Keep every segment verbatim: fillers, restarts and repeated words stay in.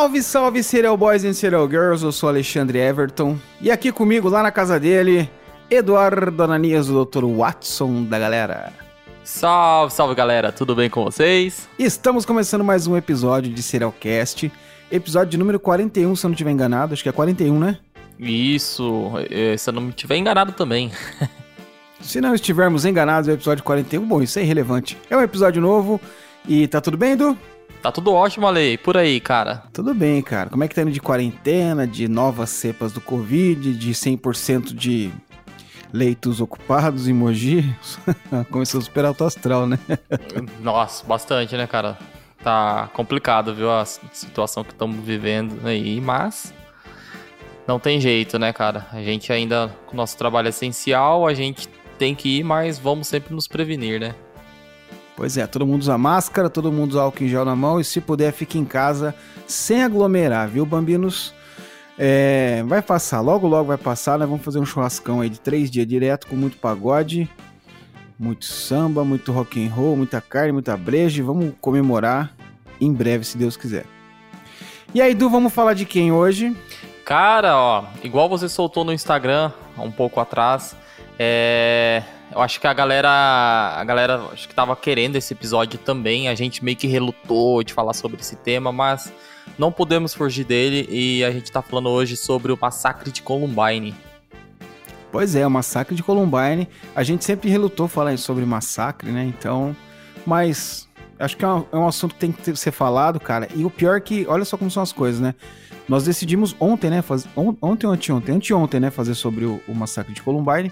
Salve, salve, Serial Boys e Serial Girls, eu sou Alexandre Everton. E aqui comigo, lá na casa dele, Eduardo Ananias, o doutor Watson da galera. Salve, salve galera, tudo bem com vocês? Estamos começando mais um episódio de Serialcast, episódio de número quarenta e um, se eu não estiver enganado, acho que é quarenta e um, né? Isso, se eu não me estiver enganado também. Se não estivermos enganados, é o episódio quarenta e um, bom, isso é irrelevante. É um episódio novo e tá tudo bem, Edu? Tá tudo ótimo, Ale, e por aí, cara? Tudo bem, cara. Como é que tá indo de quarentena, de novas cepas do Covid, de cem por cento de leitos ocupados em Mogi? Começou a superar o astral, né? Nossa, bastante, né, cara? Tá complicado, viu, a situação que estamos vivendo aí, mas não tem jeito, né, cara? A gente ainda, com o nosso trabalho essencial, a gente tem que ir, mas vamos sempre nos prevenir, né? Pois é, todo mundo usa máscara, todo mundo usa álcool em gel na mão e se puder fique em casa sem aglomerar, viu, bambinos? É, vai passar, logo logo vai passar, né? Vamos fazer um churrascão aí de três dias direto com muito pagode, muito samba, muito rock and roll, muita carne, muita breja e vamos comemorar em breve, se Deus quiser. E aí, Edu, vamos falar de quem hoje? Cara, ó, igual você soltou no Instagram há um pouco atrás, é... eu acho que a galera, a galera acho que tava querendo esse episódio também, a gente meio que relutou de falar sobre esse tema, mas não podemos fugir dele e a gente tá falando hoje sobre o massacre de Columbine. Pois é, o massacre de Columbine, a gente sempre relutou falar sobre massacre, né, então, mas acho que é um, é um assunto que tem que ser falado, cara, e o pior é que, olha só como são as coisas, né, nós decidimos ontem, né, faz, on, ontem ou anteontem, anteontem, né, fazer sobre o, o massacre de Columbine.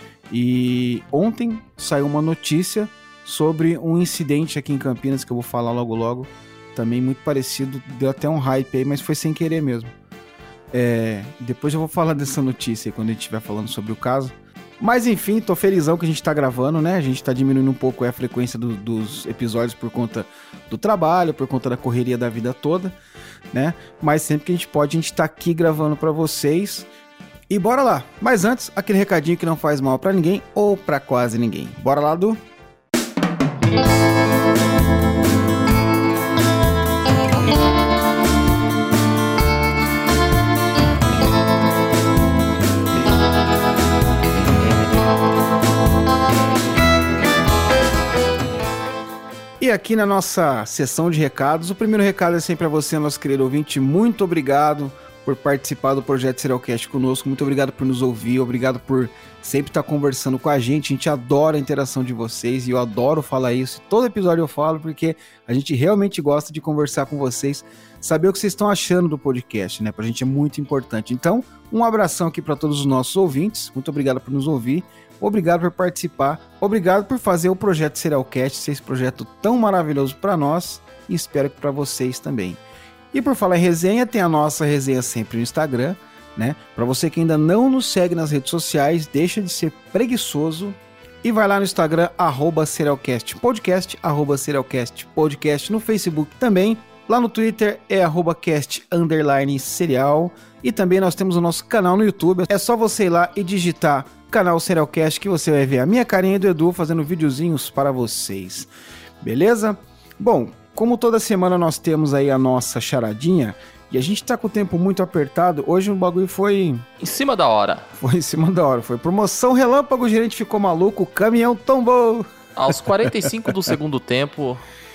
E ontem saiu uma notícia sobre um incidente aqui em Campinas, que eu vou falar logo logo, também muito parecido, deu até um hype aí, mas foi sem querer mesmo. É, depois eu vou falar dessa notícia quando a gente estiver falando sobre o caso. Mas enfim, tô felizão que a gente tá gravando, né? A gente tá diminuindo um pouco a frequência do, dos episódios por conta do trabalho, por conta da correria da vida toda, né? Mas sempre que a gente pode, a gente tá aqui gravando pra vocês. E bora lá, mas antes, aquele recadinho que não faz mal pra ninguém ou pra quase ninguém. Bora lá, Du? E aqui na nossa sessão de recados, o primeiro recado é sempre a você, nosso querido ouvinte, muito obrigado por participar do projeto Serialcast conosco, muito obrigado por nos ouvir, obrigado por sempre estar conversando com a gente, a gente adora a interação de vocês e eu adoro falar isso, todo episódio eu falo porque a gente realmente gosta de conversar com vocês, saber o que vocês estão achando do podcast, né, pra gente é muito importante. Então, um abração aqui para todos os nossos ouvintes, muito obrigado por nos ouvir, obrigado por participar, obrigado por fazer o projeto Serialcast ser esse projeto tão maravilhoso para nós e espero que para vocês também. E por falar em resenha, tem a nossa resenha sempre no Instagram, né? Para você que ainda não nos segue nas redes sociais, deixa de ser preguiçoso e vai lá no Instagram, arroba Serialcast Podcast, arroba Serialcast Podcast, no Facebook também, lá no Twitter é arroba cast underline serial e também nós temos o nosso canal no YouTube, é só você ir lá e digitar canal Serialcast que você vai ver a minha carinha do Edu fazendo videozinhos para vocês, beleza? Bom, como toda semana nós temos aí a nossa charadinha e a gente tá com o tempo muito apertado, hoje o bagulho foi... Em cima da hora. Foi em cima da hora, foi promoção relâmpago, o gerente ficou maluco, o caminhão tombou. Aos quarenta e cinco do segundo tempo.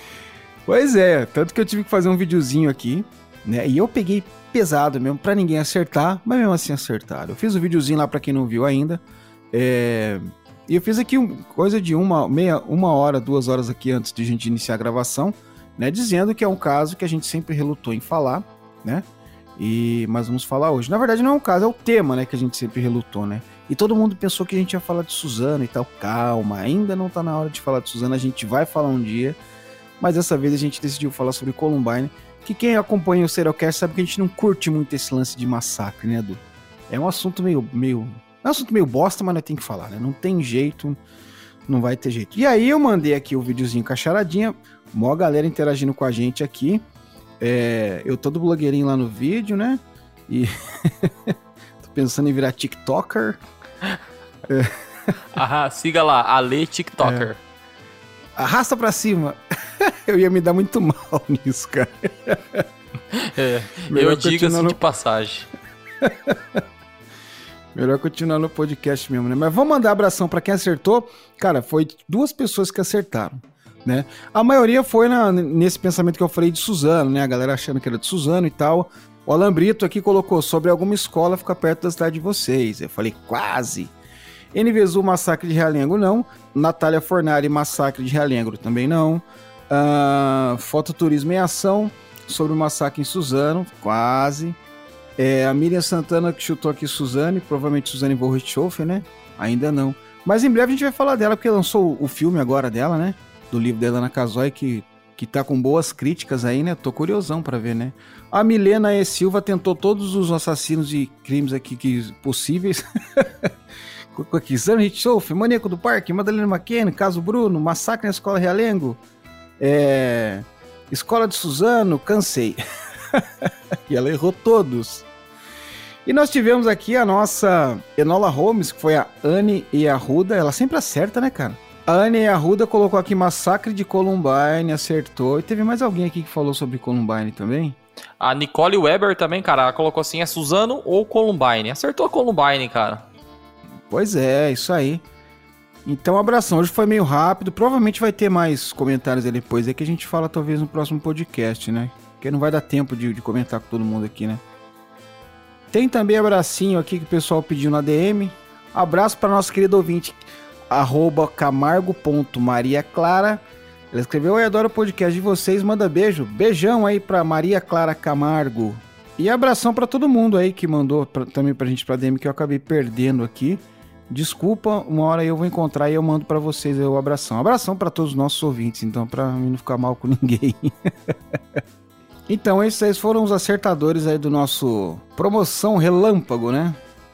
Pois é, tanto que eu tive que fazer um videozinho aqui, né, e eu peguei pesado mesmo, pra ninguém acertar, mas mesmo assim acertaram. Eu fiz o videozinho lá pra quem não viu ainda, é... e eu fiz aqui um, coisa de uma, meia, uma hora, duas horas aqui antes de a gente iniciar a gravação, né, dizendo que é um caso que a gente sempre relutou em falar, né, e, mas vamos falar hoje. Na verdade não é um caso, é o tema, né, que a gente sempre relutou, né, e todo mundo pensou que a gente ia falar de Suzano e tal, calma, ainda não tá na hora de falar de Suzano, a gente vai falar um dia, mas dessa vez a gente decidiu falar sobre Columbine, que quem acompanha o Serialcast sabe que a gente não curte muito esse lance de massacre, né, Edu? É um assunto meio, meio, é um assunto meio bosta, mas nós tem que falar, né, não tem jeito, não vai ter jeito. E aí eu mandei aqui o videozinho com a charadinha, mó galera interagindo com a gente aqui. É, eu tô do blogueirinho lá no vídeo, né? E tô pensando em virar TikToker. É. Ah, siga lá, Ale TikToker. É. Arrasta pra cima. Eu ia me dar muito mal nisso, cara. É, eu digo assim no... de passagem. Melhor continuar no podcast mesmo, né? Mas vamos mandar abração pra quem acertou. Cara, foi duas pessoas que acertaram, né? A maioria foi na, nesse pensamento que eu falei de Suzano, né? A galera achando que era de Suzano e tal. O Alan Brito aqui colocou sobre alguma escola ficar perto da cidade de vocês. Eu falei, quase. N V Z U, Massacre de Realengo, não. Natália Fornari, Massacre de Realengo, também não. Uh, Fototurismo em Ação, sobre o massacre em Suzano, quase. É, a Miriam Santana que chutou aqui Suzane, provavelmente Suzane von Richthofen, né? Ainda não. Mas em breve a gente vai falar dela, porque lançou o filme agora dela, né? Do livro da Helena Casoy, que, que tá com boas críticas aí, né? Tô curiosão pra ver, né? A Milena E. Silva tentou todos os assassinos e crimes aqui que, possíveis. Aqui, Suzane Richthofen, Maníaco do Parque, Madalena McKenna, Caso Bruno, Massacre na Escola Realengo, é... Escola de Suzano, cansei. E ela errou todos. E nós tivemos aqui a nossa Enola Holmes, que foi a Anne e a Ruda. Ela sempre acerta, né, cara? A Anne e a Ruda colocou aqui Massacre de Columbine, acertou. E teve mais alguém aqui que falou sobre Columbine também? A Nicole Weber também, cara, ela colocou assim, é Suzano ou Columbine? Acertou a Columbine, cara. Pois é, isso aí. Então, abração. Hoje foi meio rápido. Provavelmente vai ter mais comentários aí depois. É que a gente fala talvez no próximo podcast, né? Porque não vai dar tempo de, de comentar com todo mundo aqui, né? Tem também abracinho aqui que o pessoal pediu na D M. Abraço para nosso querido ouvinte, arroba camargo.mariaclara. Ela escreveu, oi, adoro o podcast de vocês, manda beijo. Beijão aí pra Maria Clara Camargo. E abração para todo mundo aí que mandou pra, também pra gente pra D M, que eu acabei perdendo aqui. Desculpa, uma hora eu vou encontrar e eu mando pra vocês aí o abração. Abração pra todos os nossos ouvintes, então, pra mim não ficar mal com ninguém. Então, esses foram os acertadores aí do nosso Promoção Relâmpago, né?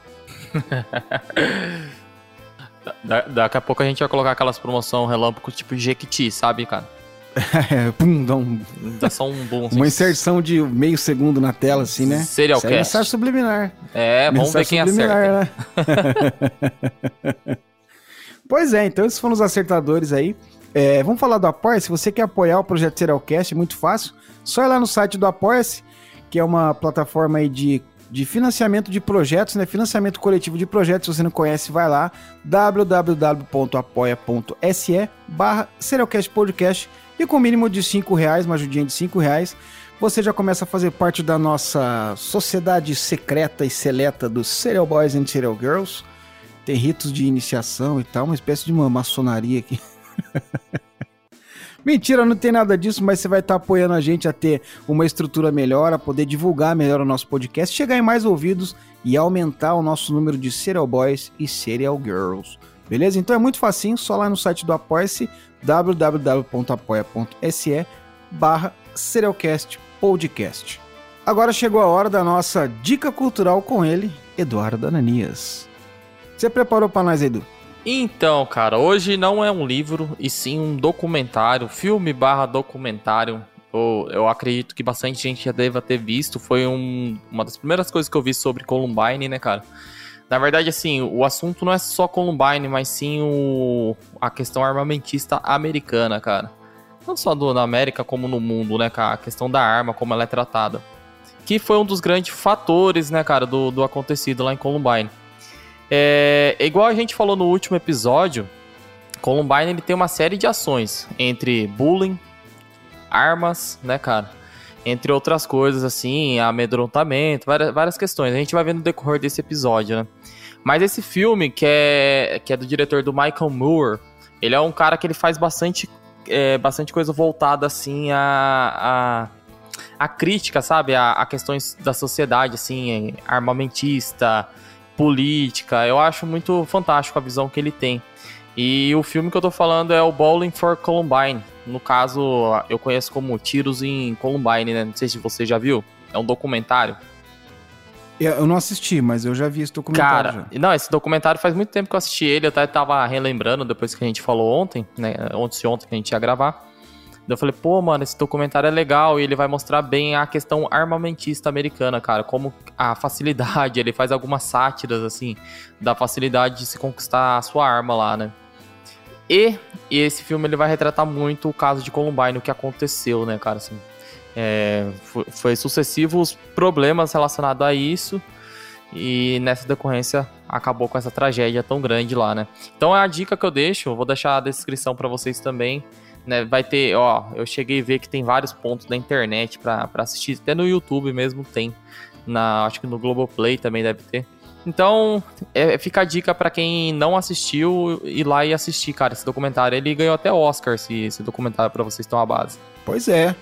da, daqui a pouco a gente vai colocar aquelas promoção relâmpago tipo Jequiti, sabe, cara? É, pum, dá um... Dá só um boom. Assim. Uma inserção de meio segundo na tela, assim, né? Serial cast. É mensagem subliminar. É, vamos ver quem acerta. Né? Pois é, então esses foram os acertadores aí. É, vamos falar do Apoia-se. Se você quer apoiar o Projeto Serialcast, é muito fácil. Só ir lá no site do Apoia-se, que é uma plataforma aí de, de financiamento de projetos, né? Financiamento coletivo de projetos. Se você não conhece, vai lá. www.apoia.se barra Serialcast Podcast. E com o mínimo de cinco reais, uma ajudinha de cinco reais, você já começa a fazer parte da nossa sociedade secreta e seleta dos Serial Boys and Serial Girls. Tem ritos de iniciação e tal, uma espécie de uma maçonaria aqui. Mentira, não tem nada disso, mas você vai estar apoiando a gente a ter uma estrutura melhor, a poder divulgar melhor o nosso podcast, chegar em mais ouvidos e aumentar o nosso número de Serial Boys e Serial Girls. Beleza? Então é muito facinho, só lá no site do Apoia-se, www.apoia.se barra Serialcast Podcast. Agora chegou a hora da nossa dica cultural com ele, Eduardo Ananias. Você preparou para nós, Edu? Então, cara, hoje não é um livro, e sim um documentário, filme barra documentário. Eu, eu acredito que bastante gente já deva ter visto. Foi um, uma das primeiras coisas que eu vi sobre Columbine, né, cara? Na verdade, assim, o assunto não é só Columbine, mas sim o, a questão armamentista americana, cara. Não só do, na América, como no mundo, né, cara? A questão da arma, como ela é tratada. Que foi um dos grandes fatores, né, cara, do, do acontecido lá em Columbine. É, igual a gente falou no último episódio, Columbine ele tem uma série de ações entre bullying, armas, né, cara? Entre outras coisas, assim, amedrontamento, várias, várias questões. A gente vai ver no decorrer desse episódio, né? Mas esse filme, que é, que é do diretor do Michael Moore, ele é um cara que ele faz bastante, é, bastante coisa voltada, assim, a, a, a crítica, sabe? A, a questões da sociedade, assim, armamentista, política. Eu acho muito fantástico a visão que ele tem. E o filme que eu tô falando é o Bowling for Columbine. No caso, eu conheço como Tiros em Columbine, né? Não sei se você já viu. É um documentário. Eu não assisti, mas eu já vi esse documentário. Cara, já. não, esse documentário faz muito tempo que eu assisti ele. Eu até tava relembrando depois que a gente falou ontem, né? Ontem, ontem que a gente ia gravar. Eu falei, pô, mano, esse documentário é legal e ele vai mostrar bem a questão armamentista americana, cara, como a facilidade, ele faz algumas sátiras, assim, da facilidade de se conquistar a sua arma lá, né? E, e esse filme, ele vai retratar muito o caso de Columbine, o que aconteceu, né, cara, assim. É, foi, foi sucessivos problemas relacionados a isso. E nessa decorrência acabou com essa tragédia tão grande lá, né? Então é a dica que eu deixo, eu vou deixar a descrição para vocês também, né? Vai ter, ó, eu cheguei a ver que tem vários pontos da internet para assistir, até no YouTube mesmo tem, na, acho que no Globoplay também deve ter. Então é, fica a dica para quem não assistiu ir lá e assistir, cara, esse documentário. Ele ganhou até Oscar, esse, esse documentário, para vocês terem uma base. Pois é,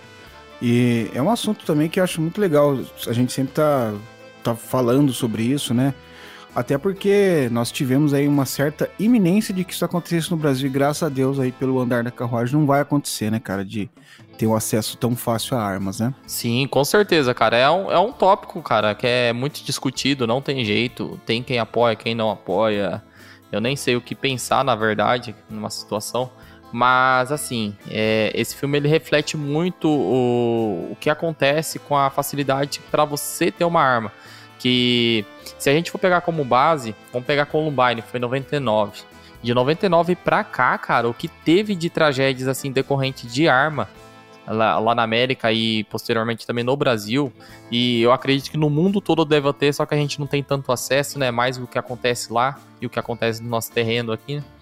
e é um assunto também que eu acho muito legal, a gente sempre tá... tá falando sobre isso, né? Até porque nós tivemos aí uma certa iminência de que isso acontecesse no Brasil, e graças a Deus aí pelo andar da carruagem não vai acontecer, né, cara, de ter um acesso tão fácil a armas, né? Sim, com certeza, cara, é um, é um tópico, cara, que é muito discutido, não tem jeito, tem quem apoia, quem não apoia, eu nem sei o que pensar, na verdade, numa situação, mas, assim, é, esse filme ele reflete muito o, o que acontece com a facilidade para você ter uma arma. Que se a gente for pegar como base, vamos pegar Columbine, foi em noventa e nove. De noventa e nove pra cá, cara, o que teve de tragédias assim decorrente de arma lá, lá na América e posteriormente também no Brasil, e eu acredito que no mundo todo deve ter, só que a gente não tem tanto acesso, né? Mais o que acontece lá e o que acontece no nosso terreno aqui, né?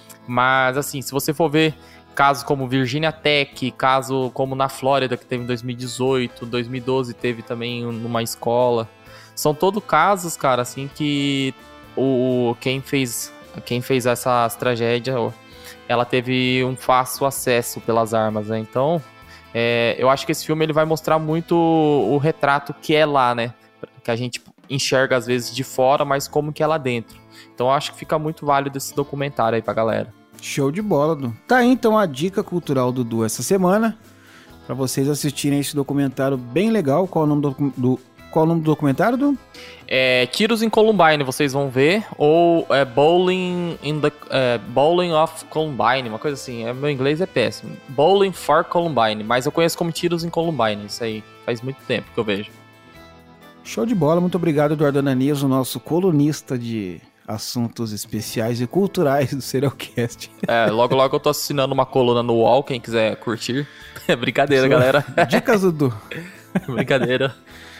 Mas assim, se você for ver casos como Virginia Tech, caso como na Flórida, que teve em dois mil e dezoito, dois mil e doze teve também numa escola. São todos casos, cara, assim, que o, quem fez, quem fez essas tragédias, ela teve um fácil acesso pelas armas, né? Então, é, eu acho que esse filme ele vai mostrar muito o, o retrato que é lá, né? Que a gente enxerga às vezes de fora, mas como que é lá dentro. Então, eu acho que fica muito válido esse documentário aí pra galera. Show de bola, Du. Tá aí, então, a dica cultural do Du essa semana, pra vocês assistirem esse documentário bem legal. Qual é o nome do... do Qual é o nome do documentário, Du? É, Tiros em Columbine, vocês vão ver. Ou é, Bowling, in the, é, Bowling of Columbine, uma coisa assim. É, meu inglês é péssimo. Bowling for Columbine, mas eu conheço como Tiros em Columbine. Isso aí faz muito tempo que eu vejo. Show de bola, muito obrigado, Eduardo Ananias, o nosso colunista de assuntos especiais e culturais do Serialcast. É, logo logo eu tô assinando uma coluna no U O L, quem quiser curtir. É brincadeira, Sua... galera. Dicas do Du. Brincadeira.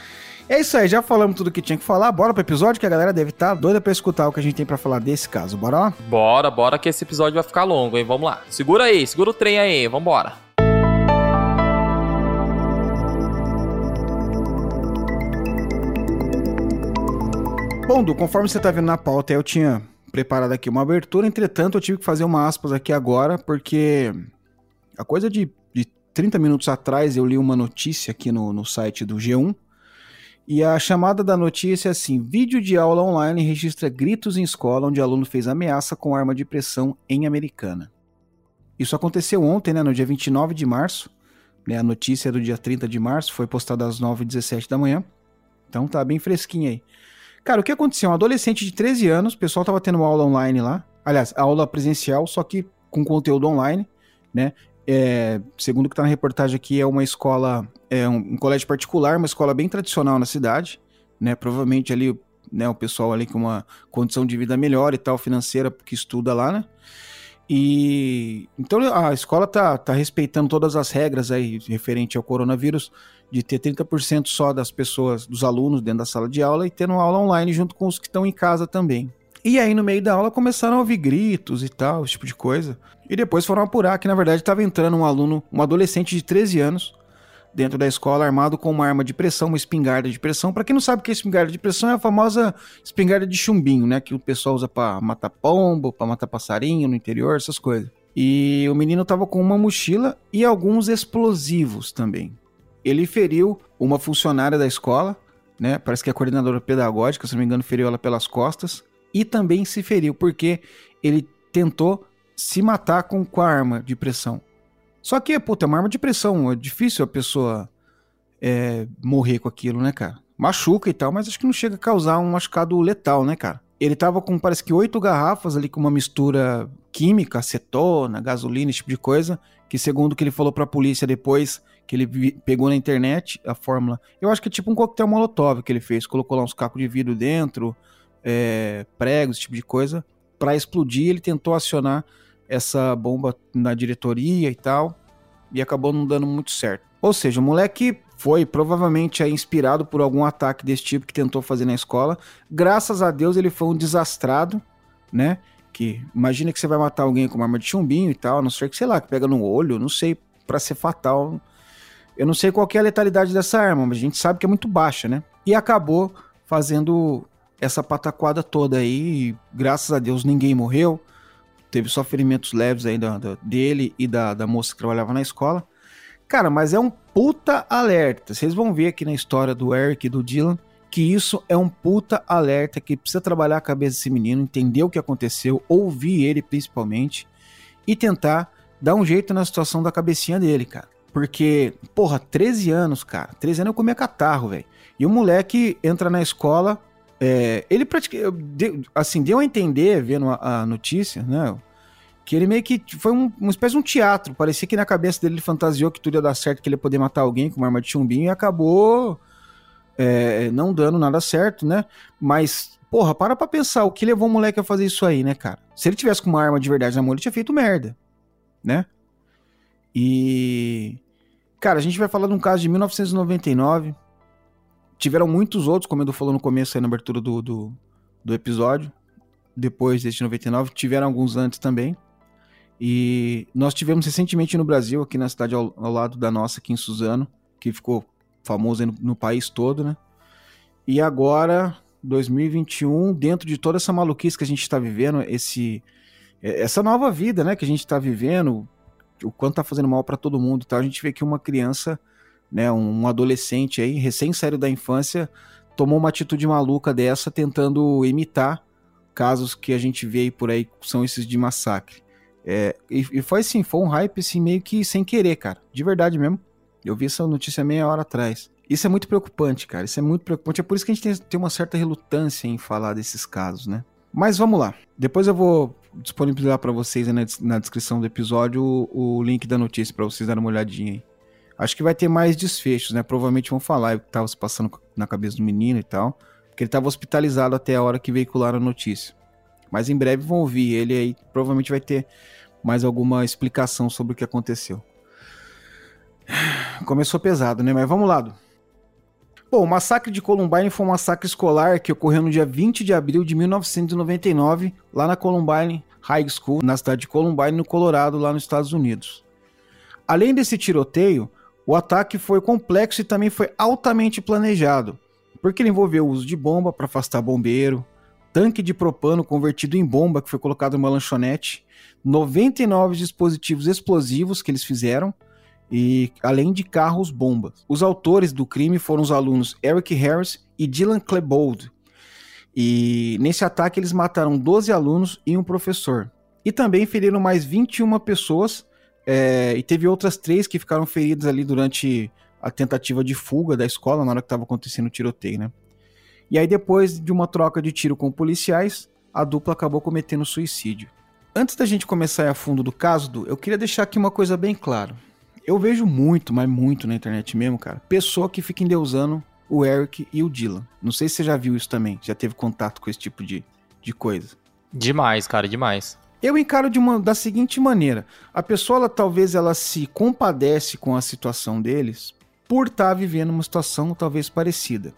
É isso aí, já falamos tudo que tinha que falar. Bora pro episódio, que a galera deve estar doida pra escutar o que a gente tem pra falar desse caso. Bora lá? Bora, bora que esse episódio vai ficar longo, hein? Vamos lá. Segura aí, segura o trem aí, vambora. Bom, Du, conforme você tá vendo na pauta, eu tinha preparado aqui uma abertura, entretanto eu tive que fazer uma aspas aqui agora, porque a coisa de, de trinta minutos atrás eu li uma notícia aqui no, no site do G um, e a chamada da notícia é assim: vídeo de aula online registra gritos em escola onde aluno fez ameaça com arma de pressão em Americana. Isso aconteceu ontem, né, no dia vinte e nove de março, né, a notícia é do dia trinta de março, foi postada às nove e dezessete da manhã, então tá bem fresquinho aí. Cara, o que aconteceu? Um adolescente de treze anos, o pessoal tava tendo uma aula online lá, aliás, aula presencial, só que com conteúdo online, né? É, segundo o que tá na reportagem aqui, é uma escola, é um, um colégio particular, uma escola bem tradicional na cidade, né? Provavelmente ali, né, o pessoal ali com uma condição de vida melhor e tal, financeira, que estuda lá, né? E então a escola tá, tá respeitando todas as regras aí referente ao coronavírus, de ter trinta por cento só das pessoas, dos alunos dentro da sala de aula e tendo aula online junto com os que estão em casa também. E aí no meio da aula começaram a ouvir gritos e tal, esse tipo de coisa. E depois foram apurar que na verdade estava entrando um aluno, um adolescente de treze anos, dentro da escola, armado com uma arma de pressão, uma espingarda de pressão. Pra quem não sabe o que é espingarda de pressão, é a famosa espingarda de chumbinho, né? Que o pessoal usa pra matar pombo, pra matar passarinho no interior, essas coisas. E o menino tava com uma mochila e alguns explosivos também. Ele feriu uma funcionária da escola, né? Parece que é a coordenadora pedagógica, se não me engano, feriu ela pelas costas. E também se feriu porque ele tentou se matar com, com a arma de pressão. Só que, puta, é uma arma de pressão, é difícil a pessoa é, morrer com aquilo, né, cara? Machuca e tal, mas acho que não chega a causar um machucado letal, né, cara? Ele tava com, parece que, oito garrafas ali com uma mistura química, acetona, gasolina, esse tipo de coisa, que segundo o que ele falou pra polícia depois, que ele vi, pegou na internet a fórmula, eu acho que é tipo um coquetel molotov que ele fez, colocou lá uns cacos de vidro dentro, é, pregos, esse tipo de coisa, pra explodir. Ele tentou acionar essa bomba na diretoria e tal, e acabou não dando muito certo. Ou seja, o moleque foi provavelmente aí, inspirado por algum ataque desse tipo que tentou fazer na escola. Graças a Deus ele foi um desastrado, né? Que imagina que você vai matar alguém com uma arma de chumbinho e tal, a não ser que, sei lá, que pega no olho, não sei, pra ser fatal. Eu não sei qual que é a letalidade dessa arma, mas a gente sabe que é muito baixa, né? E acabou fazendo essa pataquada toda aí, e, graças a Deus ninguém morreu, teve só ferimentos leves aí da, da, dele e da, da moça que trabalhava na escola. Cara, mas é um puta alerta. Vocês vão ver aqui na história do Eric e do Dylan que isso é um puta alerta, que precisa trabalhar a cabeça desse menino, entender o que aconteceu, ouvir ele principalmente e tentar dar um jeito na situação da cabecinha dele, cara. Porque, porra, treze anos, cara. treze anos eu comia catarro, velho. E o moleque entra na escola, é, ele praticamente, assim, deu a entender, vendo a, a notícia, né, que ele meio que foi um, uma espécie de um teatro. Parecia que na cabeça dele ele fantasiou que tudo ia dar certo, que ele ia poder matar alguém com uma arma de chumbinho e acabou é, não dando nada certo, né? Mas, porra, para pra pensar, o que levou o moleque a fazer isso aí, né, cara? Se ele tivesse com uma arma de verdade na mão, ele tinha feito merda, né? E... cara, a gente vai falar de um caso de mil novecentos e noventa e nove. Tiveram muitos outros, como eu falou no começo aí na abertura do, do, do episódio. Depois desse noventa e nove, tiveram alguns antes também. E nós tivemos recentemente no Brasil, aqui na cidade ao, ao lado da nossa, aqui em Suzano, que ficou famoso aí no, no país todo, né? E agora, dois mil e vinte e um, dentro de toda essa maluquice que a gente está vivendo, esse, essa nova vida, né, que a gente está vivendo, o quanto tá fazendo mal para todo mundo e tal, a gente vê que uma criança, né, um, um adolescente aí, recém saído da infância, tomou uma atitude maluca dessa, tentando imitar casos que a gente vê aí por aí, são esses de massacre. É, e, e foi assim, foi um hype assim, meio que sem querer, cara, de verdade mesmo. Eu vi essa notícia meia hora atrás. Isso é muito preocupante, cara, isso é muito preocupante, é por isso que a gente tem, tem uma certa relutância em falar desses casos, né. Mas vamos lá, depois eu vou disponibilizar para vocês aí na, na descrição do episódio o, o link da notícia para vocês darem uma olhadinha aí. Acho que vai ter mais desfechos, né, provavelmente vão falar o que estava se passando na cabeça do menino e tal, porque ele estava hospitalizado até a hora que veicularam a notícia. Mas em breve vão ouvir ele aí, provavelmente vai ter mais alguma explicação sobre o que aconteceu. Começou pesado, né? Mas vamos lá. Bom, o massacre de Columbine foi um massacre escolar que ocorreu no dia vinte de abril de mil novecentos e noventa e nove, lá na Columbine High School, na cidade de Columbine, no Colorado, lá nos Estados Unidos. Além desse tiroteio, o ataque foi complexo e também foi altamente planejado, porque ele envolveu o uso de bomba para afastar bombeiro, tanque de propano convertido em bomba que foi colocado numa lanchonete, noventa e nove dispositivos explosivos que eles fizeram, e além de carros bombas. Os autores do crime foram os alunos Eric Harris e Dylan Klebold. E nesse ataque eles mataram doze alunos e um professor. E também feriram mais vinte e uma pessoas, é, e teve outras três que ficaram feridas ali durante a tentativa de fuga da escola, na hora que estava acontecendo o tiroteio, né? E aí depois de uma troca de tiro com policiais, a dupla acabou cometendo suicídio. Antes da gente começar a fundo do caso, Du, eu queria deixar aqui uma coisa bem clara. Eu vejo muito, mas muito na internet mesmo, cara, pessoa que fica endeusando o Eric e o Dylan. Não sei se você já viu isso também, já teve contato com esse tipo de, de coisa. Demais, cara, demais. Eu encaro de uma, da seguinte maneira. A pessoa, ela, talvez, ela se compadece com a situação deles por estar tá vivendo uma situação talvez parecida.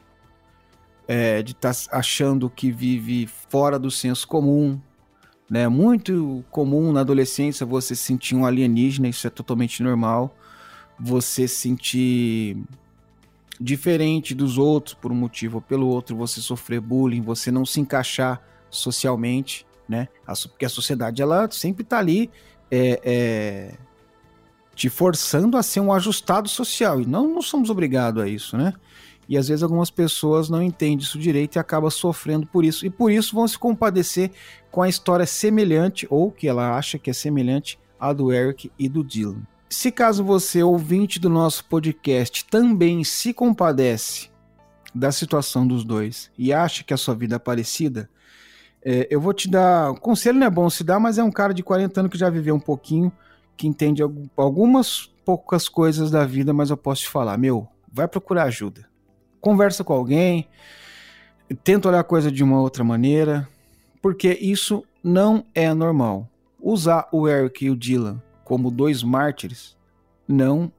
É, de estar tá achando que vive fora do senso comum, né? Muito comum na adolescência você se sentir um alienígena, isso é totalmente normal. Você se sentir diferente dos outros por um motivo ou pelo outro, você sofrer bullying, você não se encaixar socialmente, né? Porque a sociedade, ela sempre tá ali é, é, te forçando a ser um ajustado social, e não, não somos obrigados a isso, né? E às vezes algumas pessoas não entendem isso direito e acabam sofrendo por isso. E por isso vão se compadecer com a história semelhante, ou que ela acha que é semelhante, à do Eric e do Dylan. Se caso você, ouvinte do nosso podcast, também se compadece da situação dos dois e acha que a sua vida é parecida, é, eu vou te dar... O conselho não é bom se dar, mas é um cara de quarenta anos que já viveu um pouquinho, que entende algumas poucas coisas da vida, mas eu posso te falar, meu, vai procurar ajuda. Conversa com alguém, tenta olhar a coisa de uma outra maneira, porque isso não é normal. Usar o Eric e o Dylan como dois mártires não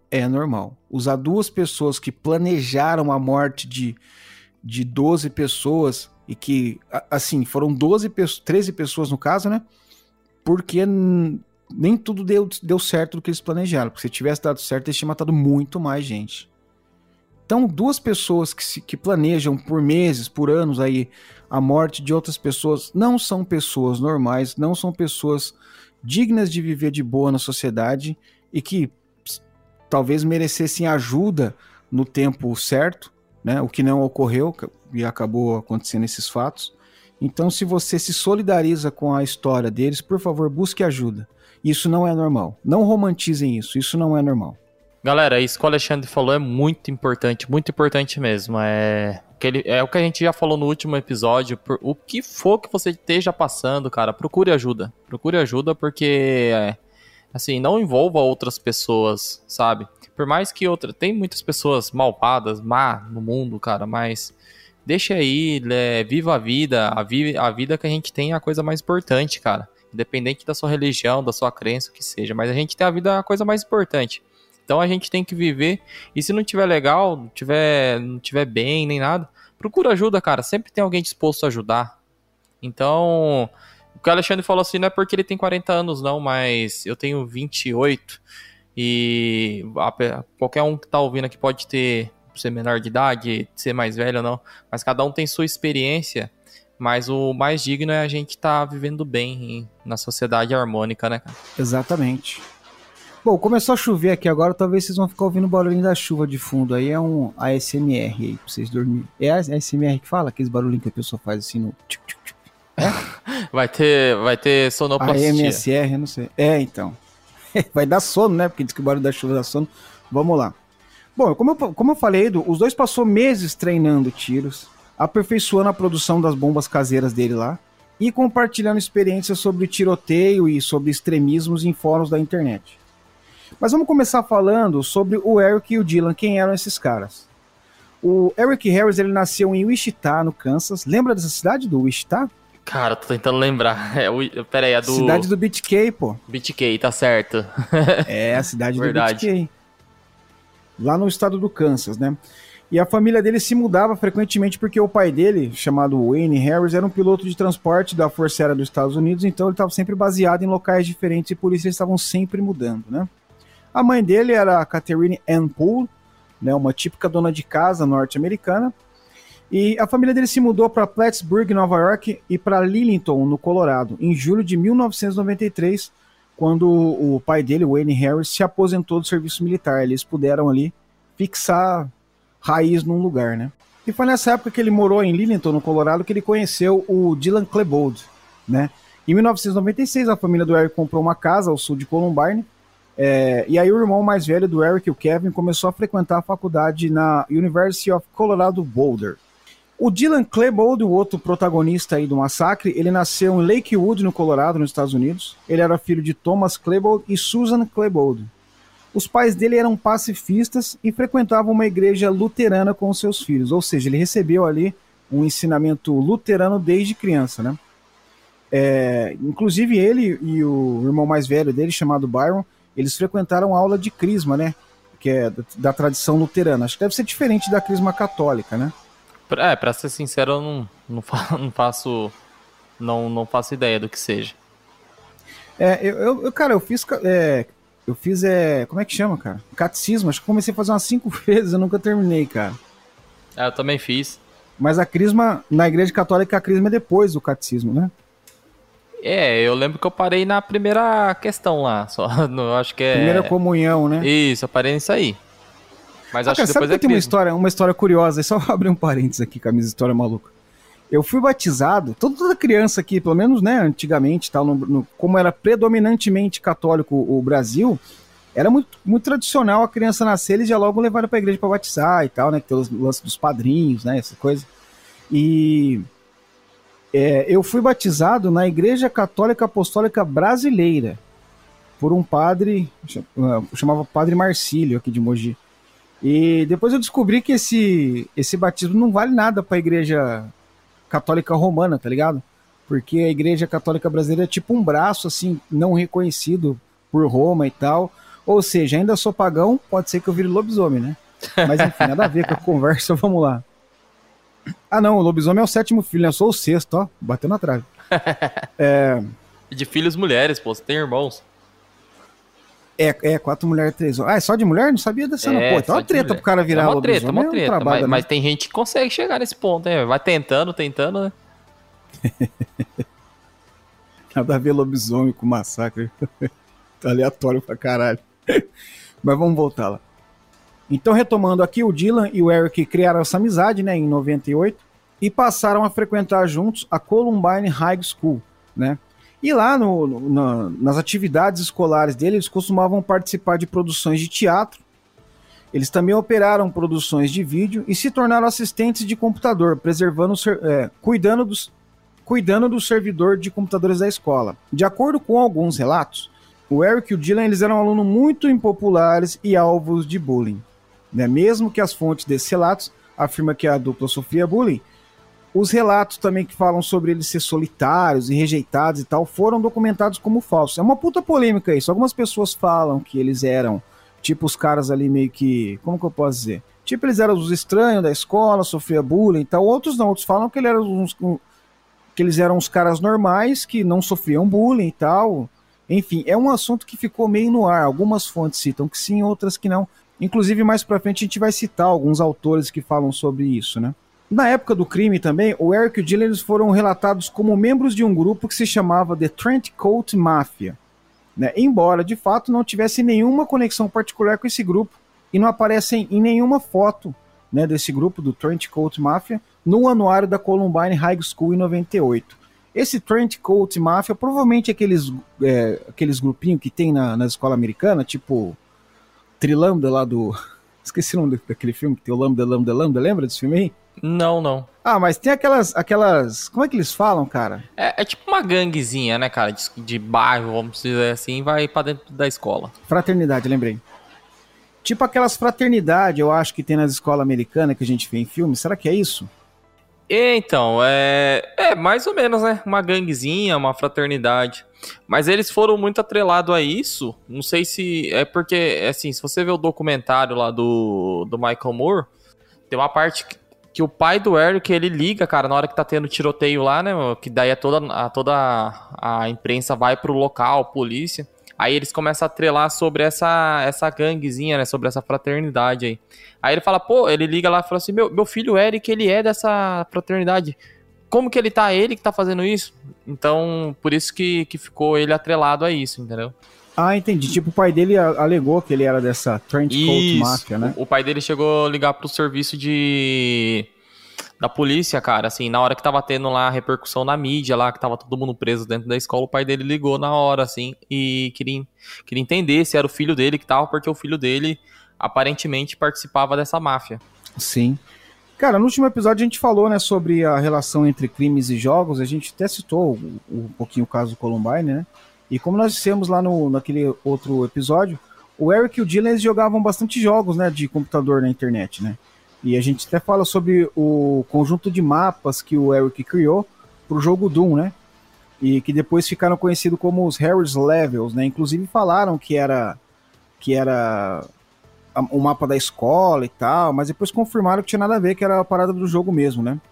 é normal. Usar duas pessoas que planejaram a morte de, de doze pessoas e que, assim, foram doze, treze pessoas no caso, né? Porque nem tudo deu, deu certo do que eles planejaram. Porque se tivesse dado certo, eles tinham matado muito mais gente. Então, duas pessoas que, se, que planejam por meses, por anos aí, a morte de outras pessoas, não são pessoas normais, não são pessoas dignas de viver de boa na sociedade e que talvez merecessem ajuda no tempo certo, né? O que não ocorreu e acabou acontecendo esses fatos. Então, se você se solidariza com a história deles, por favor, busque ajuda. Isso não é normal. Não romantizem isso, isso não é normal. Galera, isso que o Alexandre falou é muito importante, muito importante mesmo. É, aquele, é o que a gente já falou no último episódio. Por, o que for que você esteja passando, cara, procure ajuda. Procure ajuda porque, é, assim, não envolva outras pessoas, sabe? Por mais que outra... Tem muitas pessoas malvadas, má no mundo, cara, mas deixa aí, é, viva a vida. A, vi, a vida que a gente tem é a coisa mais importante, cara. Independente da sua religião, da sua crença, o que seja. Mas a gente tem a vida, a coisa mais importante. Então a gente tem que viver, e se não tiver legal, não tiver, não tiver bem, nem nada, procura ajuda, cara, sempre tem alguém disposto a ajudar. Então, o que o Alexandre falou assim, não é porque ele tem quarenta anos não, mas eu tenho vinte e oito, e a, qualquer um que tá ouvindo aqui pode ter, ser menor de idade, ser mais velho ou não, mas cada um tem sua experiência, mas o mais digno é a gente tá vivendo bem na sociedade harmônica, né, cara? Exatamente. Bom, começou a chover aqui agora, talvez vocês vão ficar ouvindo o barulhinho da chuva de fundo. Aí é um A S M R aí, pra vocês dormirem. É a A S M R que fala? Aqueles barulhinhos que a pessoa faz assim no... Tchuc, tchuc, tchuc. É? Vai ter, vai ter sonoplastia. A M S R, eu não sei. É, então. Vai dar sono, né? Porque diz que o barulho da chuva dá sono. Vamos lá. Bom, como eu, como eu falei, os dois passou meses treinando tiros, aperfeiçoando a produção das bombas caseiras dele lá e compartilhando experiências sobre tiroteio e sobre extremismos em fóruns da internet. Mas vamos começar falando sobre o Eric e o Dylan, quem eram esses caras. O Eric Harris, ele nasceu em Wichita, no Kansas. Lembra dessa cidade do Wichita? Cara, tô tentando lembrar. É, o, pera aí, é do... Cidade do B T K, pô. B T K, tá certo. É, a cidade do B T K. Lá no estado do Kansas, né? E a família dele se mudava frequentemente porque o pai dele, chamado Wayne Harris, era um piloto de transporte da Força Aérea dos Estados Unidos, então ele estava sempre baseado em locais diferentes e por isso eles estavam sempre mudando, né? A mãe dele era a Catherine Ann Poole, né, uma típica dona de casa norte-americana. E a família dele se mudou para Plattsburgh, Nova York, e para Lillington, no Colorado, em julho de mil novecentos e noventa e três, quando o pai dele, Wayne Harris, se aposentou do serviço militar. Eles puderam ali fixar raiz num lugar, né? E foi nessa época que ele morou em Lillington, no Colorado, que ele conheceu o Dylan Klebold, né? Em mil novecentos e noventa e seis, a família do Eric comprou uma casa ao sul de Columbine. É, e aí o irmão mais velho do Eric, o Kevin, começou a frequentar a faculdade na University of Colorado Boulder. O Dylan Klebold, o outro protagonista aí do massacre, ele nasceu em Lakewood, no Colorado, nos Estados Unidos. Ele era filho de Thomas Klebold e Susan Klebold. Os pais dele eram pacifistas e frequentavam uma igreja luterana com os seus filhos, ou seja, ele recebeu ali um ensinamento luterano desde criança, né? É, inclusive ele e o irmão mais velho dele, chamado Byron, eles frequentaram aula de crisma, né? Que é da, da tradição luterana. Acho que deve ser diferente da crisma católica, né? É, pra ser sincero, eu não, não, fa- não faço não, não faço ideia do que seja. É, eu, eu- eu, cara, eu fiz. É, eu fiz. É, como é que chama, cara? Catecismo. Acho que comecei a fazer umas cinco vezes, eu nunca terminei, cara. É, eu também fiz. Mas a crisma, na igreja católica, a crisma é depois do catecismo, né? É, eu lembro que eu parei na primeira questão lá, só. Eu acho que é... Primeira comunhão, né? Isso, eu parei nisso aí. Mas Ah, acho cara, que sabe depois que é tem uma crisma. história, uma história curiosa, só abrir um parênteses aqui com a minha história maluca. Eu fui batizado, toda, toda criança aqui, pelo menos, né, antigamente, tal, no, no, como era predominantemente católico o Brasil, era muito, muito tradicional a criança nascer, eles já logo levaram pra igreja pra batizar e tal, né, que tem os lances dos padrinhos, né, essa coisa. E é, eu fui batizado na Igreja Católica Apostólica Brasileira, por um padre, chamava Padre Marcílio, aqui de Mogi. E depois eu descobri que esse, esse batismo não vale nada pra Igreja Católica Romana, tá ligado? Porque a Igreja Católica Brasileira é tipo um braço, assim, não reconhecido por Roma e tal. Ou seja, ainda sou pagão, pode ser que eu vire lobisomem, né? Mas enfim, nada a ver com a conversa, vamos lá. Ah não, o lobisomem é o sétimo filho, né? Eu sou o sexto, ó, bateu na trave. É... De filhos mulheres, pô, você tem irmãos. É, é, quatro mulheres, três homens. Ah, é só de mulher? Não sabia dessa, não. É, Pô, então é uma só de treta mulher. pro cara virar É uma lobisomem. treta, uma é um treta. trabalho, Mas, né? mas tem gente que consegue chegar nesse ponto, né? Vai tentando, tentando, né? Nada a ver lobisomem com massacre. Tá aleatório pra caralho. Mas vamos voltar lá. Então, retomando aqui, o Dylan e o Eric criaram essa amizade, né, em noventa e oito, e passaram a frequentar juntos a Columbine High School, né? E lá no, no, na, nas atividades escolares dele, eles costumavam participar de produções de teatro. Eles também operaram produções de vídeo e se tornaram assistentes de computador, preservando, é, cuidando, dos, cuidando do servidor de computadores da escola. De acordo com alguns relatos, o Eric e o Dylan eles eram alunos muito impopulares e alvos de bullying, né? Mesmo que as fontes desses relatos afirmam que a dupla sofria bullying, os relatos também que falam sobre eles ser solitários e rejeitados e tal foram documentados como falsos. É uma puta polêmica isso. Algumas pessoas falam que eles eram, tipo, os caras ali meio que... Como que eu posso dizer? Tipo, eles eram os estranhos da escola, sofria bullying e tal. Outros não, outros falam que, ele eram uns, que eles eram os caras normais, que não sofriam bullying e tal. Enfim, é um assunto que ficou meio no ar. Algumas fontes citam que sim, outras que não. Inclusive, mais pra frente a gente vai citar alguns autores que falam sobre isso, né? Na época do crime também, o Eric e o Dylan eles foram relatados como membros de um grupo que se chamava The Trench Coat Mafia, né? Embora, de fato, não tivesse nenhuma conexão particular com esse grupo e não aparecem em nenhuma foto, né, desse grupo, do Trench Coat Mafia, no anuário da Columbine High School em noventa e oito. Esse Trench Coat Mafia provavelmente é aqueles, é, aqueles grupinhos que tem na, na escola americana, tipo Trilambda lá do... Esqueci o nome daquele filme que tem o Lambda, Lambda, Lambda, lembra desse filme aí? Não, não. Ah, mas tem aquelas, aquelas... Como é que eles falam, cara? É, é tipo uma ganguezinha, né, cara? De, de bairro, vamos dizer assim, vai pra dentro da escola. Fraternidade, lembrei. Tipo aquelas fraternidades, eu acho que tem nas escolas americanas que a gente vê em filme. Será que é isso? Então, é, é mais ou menos, né? Uma ganguezinha, uma fraternidade. Mas eles foram muito atrelados a isso. Não sei se... É porque, assim, se você vê o documentário lá do, do Michael Moore, tem uma parte que, que o pai do Eric, ele liga, cara, na hora que tá tendo tiroteio lá, né? Que daí é toda, a, toda a imprensa vai pro local, polícia. Aí eles começam a atrelar sobre essa, essa ganguezinha, né? Sobre essa fraternidade aí. Aí ele fala, pô, ele liga lá e fala assim, meu, meu filho Eric, ele é dessa fraternidade. Como que ele tá? Ele que tá fazendo isso? Então, por isso que, que ficou ele atrelado a isso, entendeu? Ah, entendi. Tipo, o pai dele alegou que ele era dessa Trench Coat Mafia, né? O, o pai dele chegou a ligar pro serviço de... da polícia, cara, assim, na hora que tava tendo lá a repercussão na mídia lá, que tava todo mundo preso dentro da escola, o pai dele ligou na hora, assim, e queria, queria entender se era o filho dele que tava, porque o filho dele aparentemente participava dessa máfia. Sim. Cara, no último episódio a gente falou, né, sobre a relação entre crimes e jogos, a gente até citou um, um pouquinho o caso do Columbine, né, e como nós dissemos lá no, naquele outro episódio, o Eric e o Dylan eles jogavam bastante jogos, né, de computador na internet, né, e a gente até fala sobre o conjunto de mapas que o Eric criou pro jogo Doom, né, e que depois ficaram conhecidos como os Harry's Levels, né, inclusive falaram que era que era o mapa da escola e tal, mas depois confirmaram que tinha nada a ver, que era a parada do jogo mesmo, né.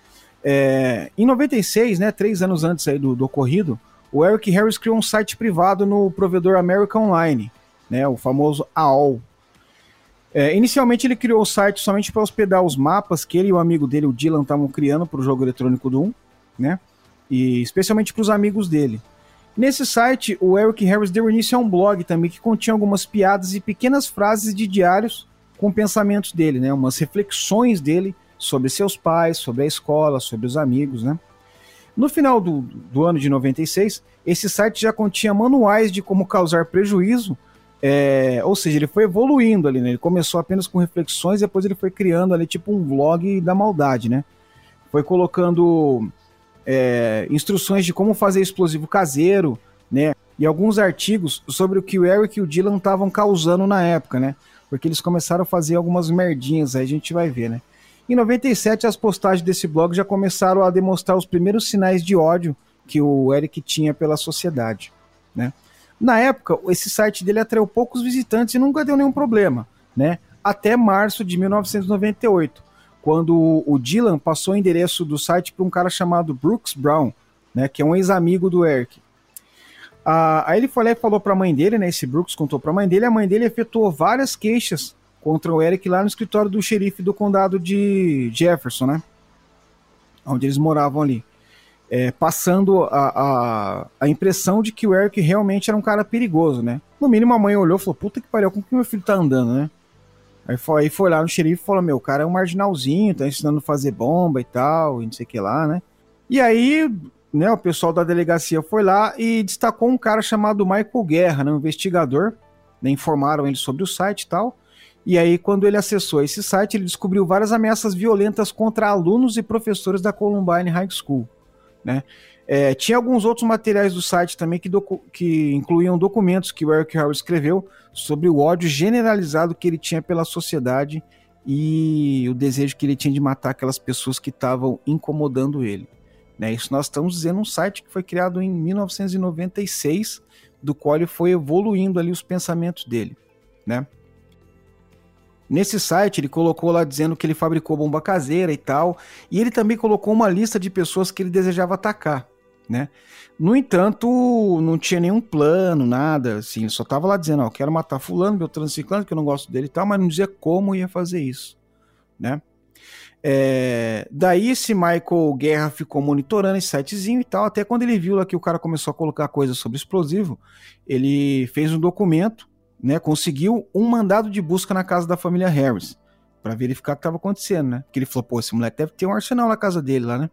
É, em noventa e seis, né, três anos antes aí do, do ocorrido, o Eric Harris criou um site privado no provedor American Online, né, o famoso A O L. É, inicialmente ele criou o site somente para hospedar os mapas que ele e o amigo dele, o Dylan, estavam criando para o jogo eletrônico Doom, né, e especialmente para os amigos dele. Nesse site, o Eric Harris deu início a um blog também que continha algumas piadas e pequenas frases de diários com pensamentos dele, né, umas reflexões dele sobre seus pais, sobre a escola, sobre os amigos, né. No final do, do ano de noventa e seis, esse site já continha manuais de como causar prejuízo, é, ou seja, ele foi evoluindo ali, né, ele começou apenas com reflexões, depois ele foi criando ali tipo um vlog da maldade, né, foi colocando... É, instruções de como fazer explosivo caseiro, né, e alguns artigos sobre o que o Eric e o Dylan estavam causando na época, né, porque eles começaram a fazer algumas merdinhas, aí a gente vai ver, né. Em noventa e sete, as postagens desse blog já começaram a demonstrar os primeiros sinais de ódio que o Eric tinha pela sociedade, né. Na época, esse site dele atraiu poucos visitantes e nunca deu nenhum problema, né? Até março de mil novecentos e noventa e oito, quando o Dylan passou o endereço do site para um cara chamado Brooks Brown, né, que é um ex-amigo do Eric. Ah, aí ele foi lá e falou para a mãe dele, né, esse Brooks contou para a mãe dele, a mãe dele efetuou várias queixas contra o Eric lá no escritório do xerife do condado de Jefferson, né, onde eles moravam ali, é, passando a, a, a impressão de que o Eric realmente era um cara perigoso, né. No mínimo a mãe olhou e falou, puta que pariu, como que meu filho tá andando, né. Aí foi, aí foi lá no xerife e falou, meu, o cara é um marginalzinho, tá ensinando a fazer bomba e tal, e não sei o que lá, né. E aí, né, o pessoal da delegacia foi lá e destacou um cara chamado Michael Guerra, né, um investigador, né, informaram ele sobre o site e tal, e aí quando ele acessou esse site, ele descobriu várias ameaças violentas contra alunos e professores da Columbine High School, né. É, tinha alguns outros materiais do site também que, docu- que incluíam documentos que o Eric Harris escreveu sobre o ódio generalizado que ele tinha pela sociedade e o desejo que ele tinha de matar aquelas pessoas que estavam incomodando ele. Né? Isso nós estamos dizendo um site que foi criado em mil novecentos e noventa e seis, do qual ele foi evoluindo ali os pensamentos dele. Né? Nesse site ele colocou lá dizendo que ele fabricou bomba caseira e tal, e ele também colocou uma lista de pessoas que ele desejava atacar. Né? No entanto, não tinha nenhum plano, nada, assim, ele só estava lá dizendo, ó, quero matar fulano, Beltrano Ciclano, que eu não gosto dele e tal, mas não dizia como ia fazer isso, né? É, daí esse Michael Guerra ficou monitorando esse sitezinho e tal, até quando ele viu lá que o cara começou a colocar coisas sobre explosivo, ele fez um documento, né, conseguiu um mandado de busca na casa da família Harris, para verificar o que estava acontecendo, né? Porque ele falou, pô, esse moleque deve ter um arsenal na casa dele lá, né?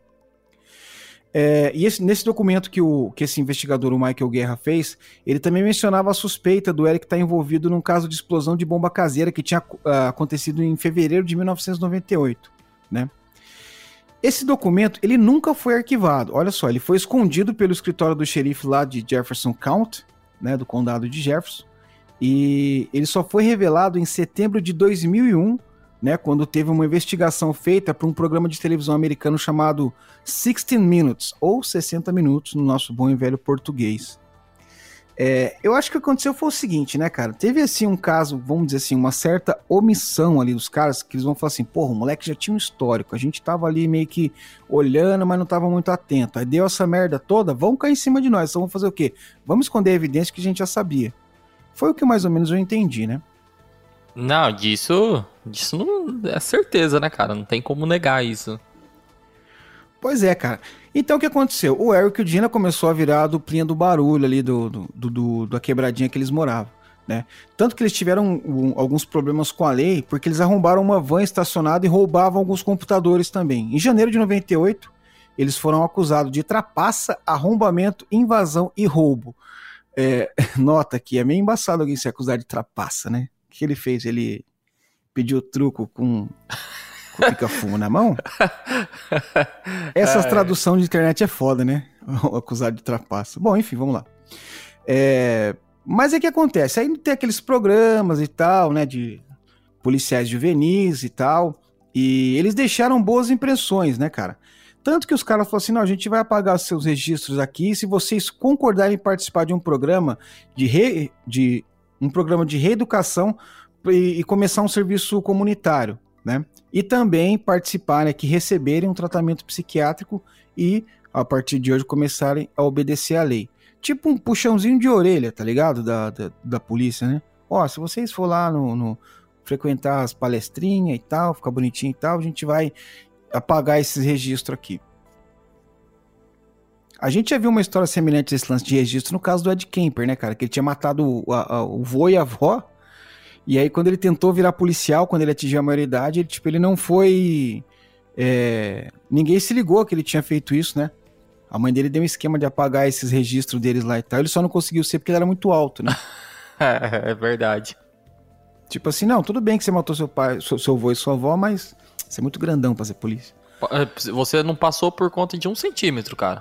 É, e esse, nesse documento que, o, que esse investigador, o Michael Guerra, fez, ele também mencionava a suspeita do Eric estar envolvido num caso de explosão de bomba caseira que tinha uh, acontecido em fevereiro de mil novecentos e noventa e oito, né? Esse documento, ele nunca foi arquivado. Olha só, ele foi escondido pelo escritório do xerife lá de Jefferson County, né, do condado de Jefferson, e ele só foi revelado em setembro de dois mil e um, né, quando teve uma investigação feita para um programa de televisão americano chamado sixty minutes, ou sessenta minutos, no nosso bom e velho português. É, eu acho que o que aconteceu foi o seguinte, né, cara? Teve, assim, um caso, vamos dizer assim, uma certa omissão ali dos caras, que eles vão falar assim, porra, o moleque já tinha um histórico, a gente tava ali meio que olhando, mas não tava muito atento. Aí deu essa merda toda, vão cair em cima de nós, então vamos fazer o quê? Vamos esconder a evidência que a gente já sabia. Foi o que mais ou menos eu entendi, né? Não, disso, disso não é certeza, né, cara? Não tem como negar isso. Pois é, cara. Então o que aconteceu? O Eric e o Dina começou a virar a duplinha do barulho ali do, do, do, do, da quebradinha que eles moravam, né? Tanto que eles tiveram um, alguns problemas com a lei, porque eles arrombaram uma van estacionada e roubavam alguns computadores também. Em janeiro de noventa e oito, eles foram acusados de trapaça, arrombamento, invasão e roubo. É, nota que é meio embaçado alguém ser acusado de trapaça, né? O que ele fez? Ele pediu truco com, com pica-fumo na mão? Essas traduções de internet é foda, né? Acusado de trapaça. Bom, enfim, vamos lá. É, mas é que acontece, aí tem aqueles programas e tal, né, de policiais juvenis e tal, e eles deixaram boas impressões, né, cara? Tanto que os caras falaram assim, não, a gente vai apagar seus registros aqui se vocês concordarem em participar de um programa de, re, de, um programa de reeducação e, e começar um serviço comunitário, né? E também participar, né, que receberem um tratamento psiquiátrico e, a partir de hoje, começarem a obedecer à lei. Tipo um puxãozinho de orelha, tá ligado? Da, da, da polícia, né? Ó, se vocês for lá no, no frequentar as palestrinhas e tal, ficar bonitinho e tal, a gente vai apagar esses registros aqui. A gente já viu uma história semelhante a esse lance de registro no caso do Ed Kemper, né, cara? Que ele tinha matado o, a, o vô e a avó, e aí quando ele tentou virar policial, quando ele atingiu a maioridade, ele, tipo, ele não foi... É, ninguém se ligou que ele tinha feito isso, né? A mãe dele deu um esquema de apagar esses registros deles lá e tal, ele só não conseguiu ser porque ele era muito alto, né? É, é verdade. Tipo assim, não, tudo bem que você matou seu pai, seu, seu vô e sua avó, mas você é muito grandão pra ser polícia. Você não passou por conta de um centímetro, cara.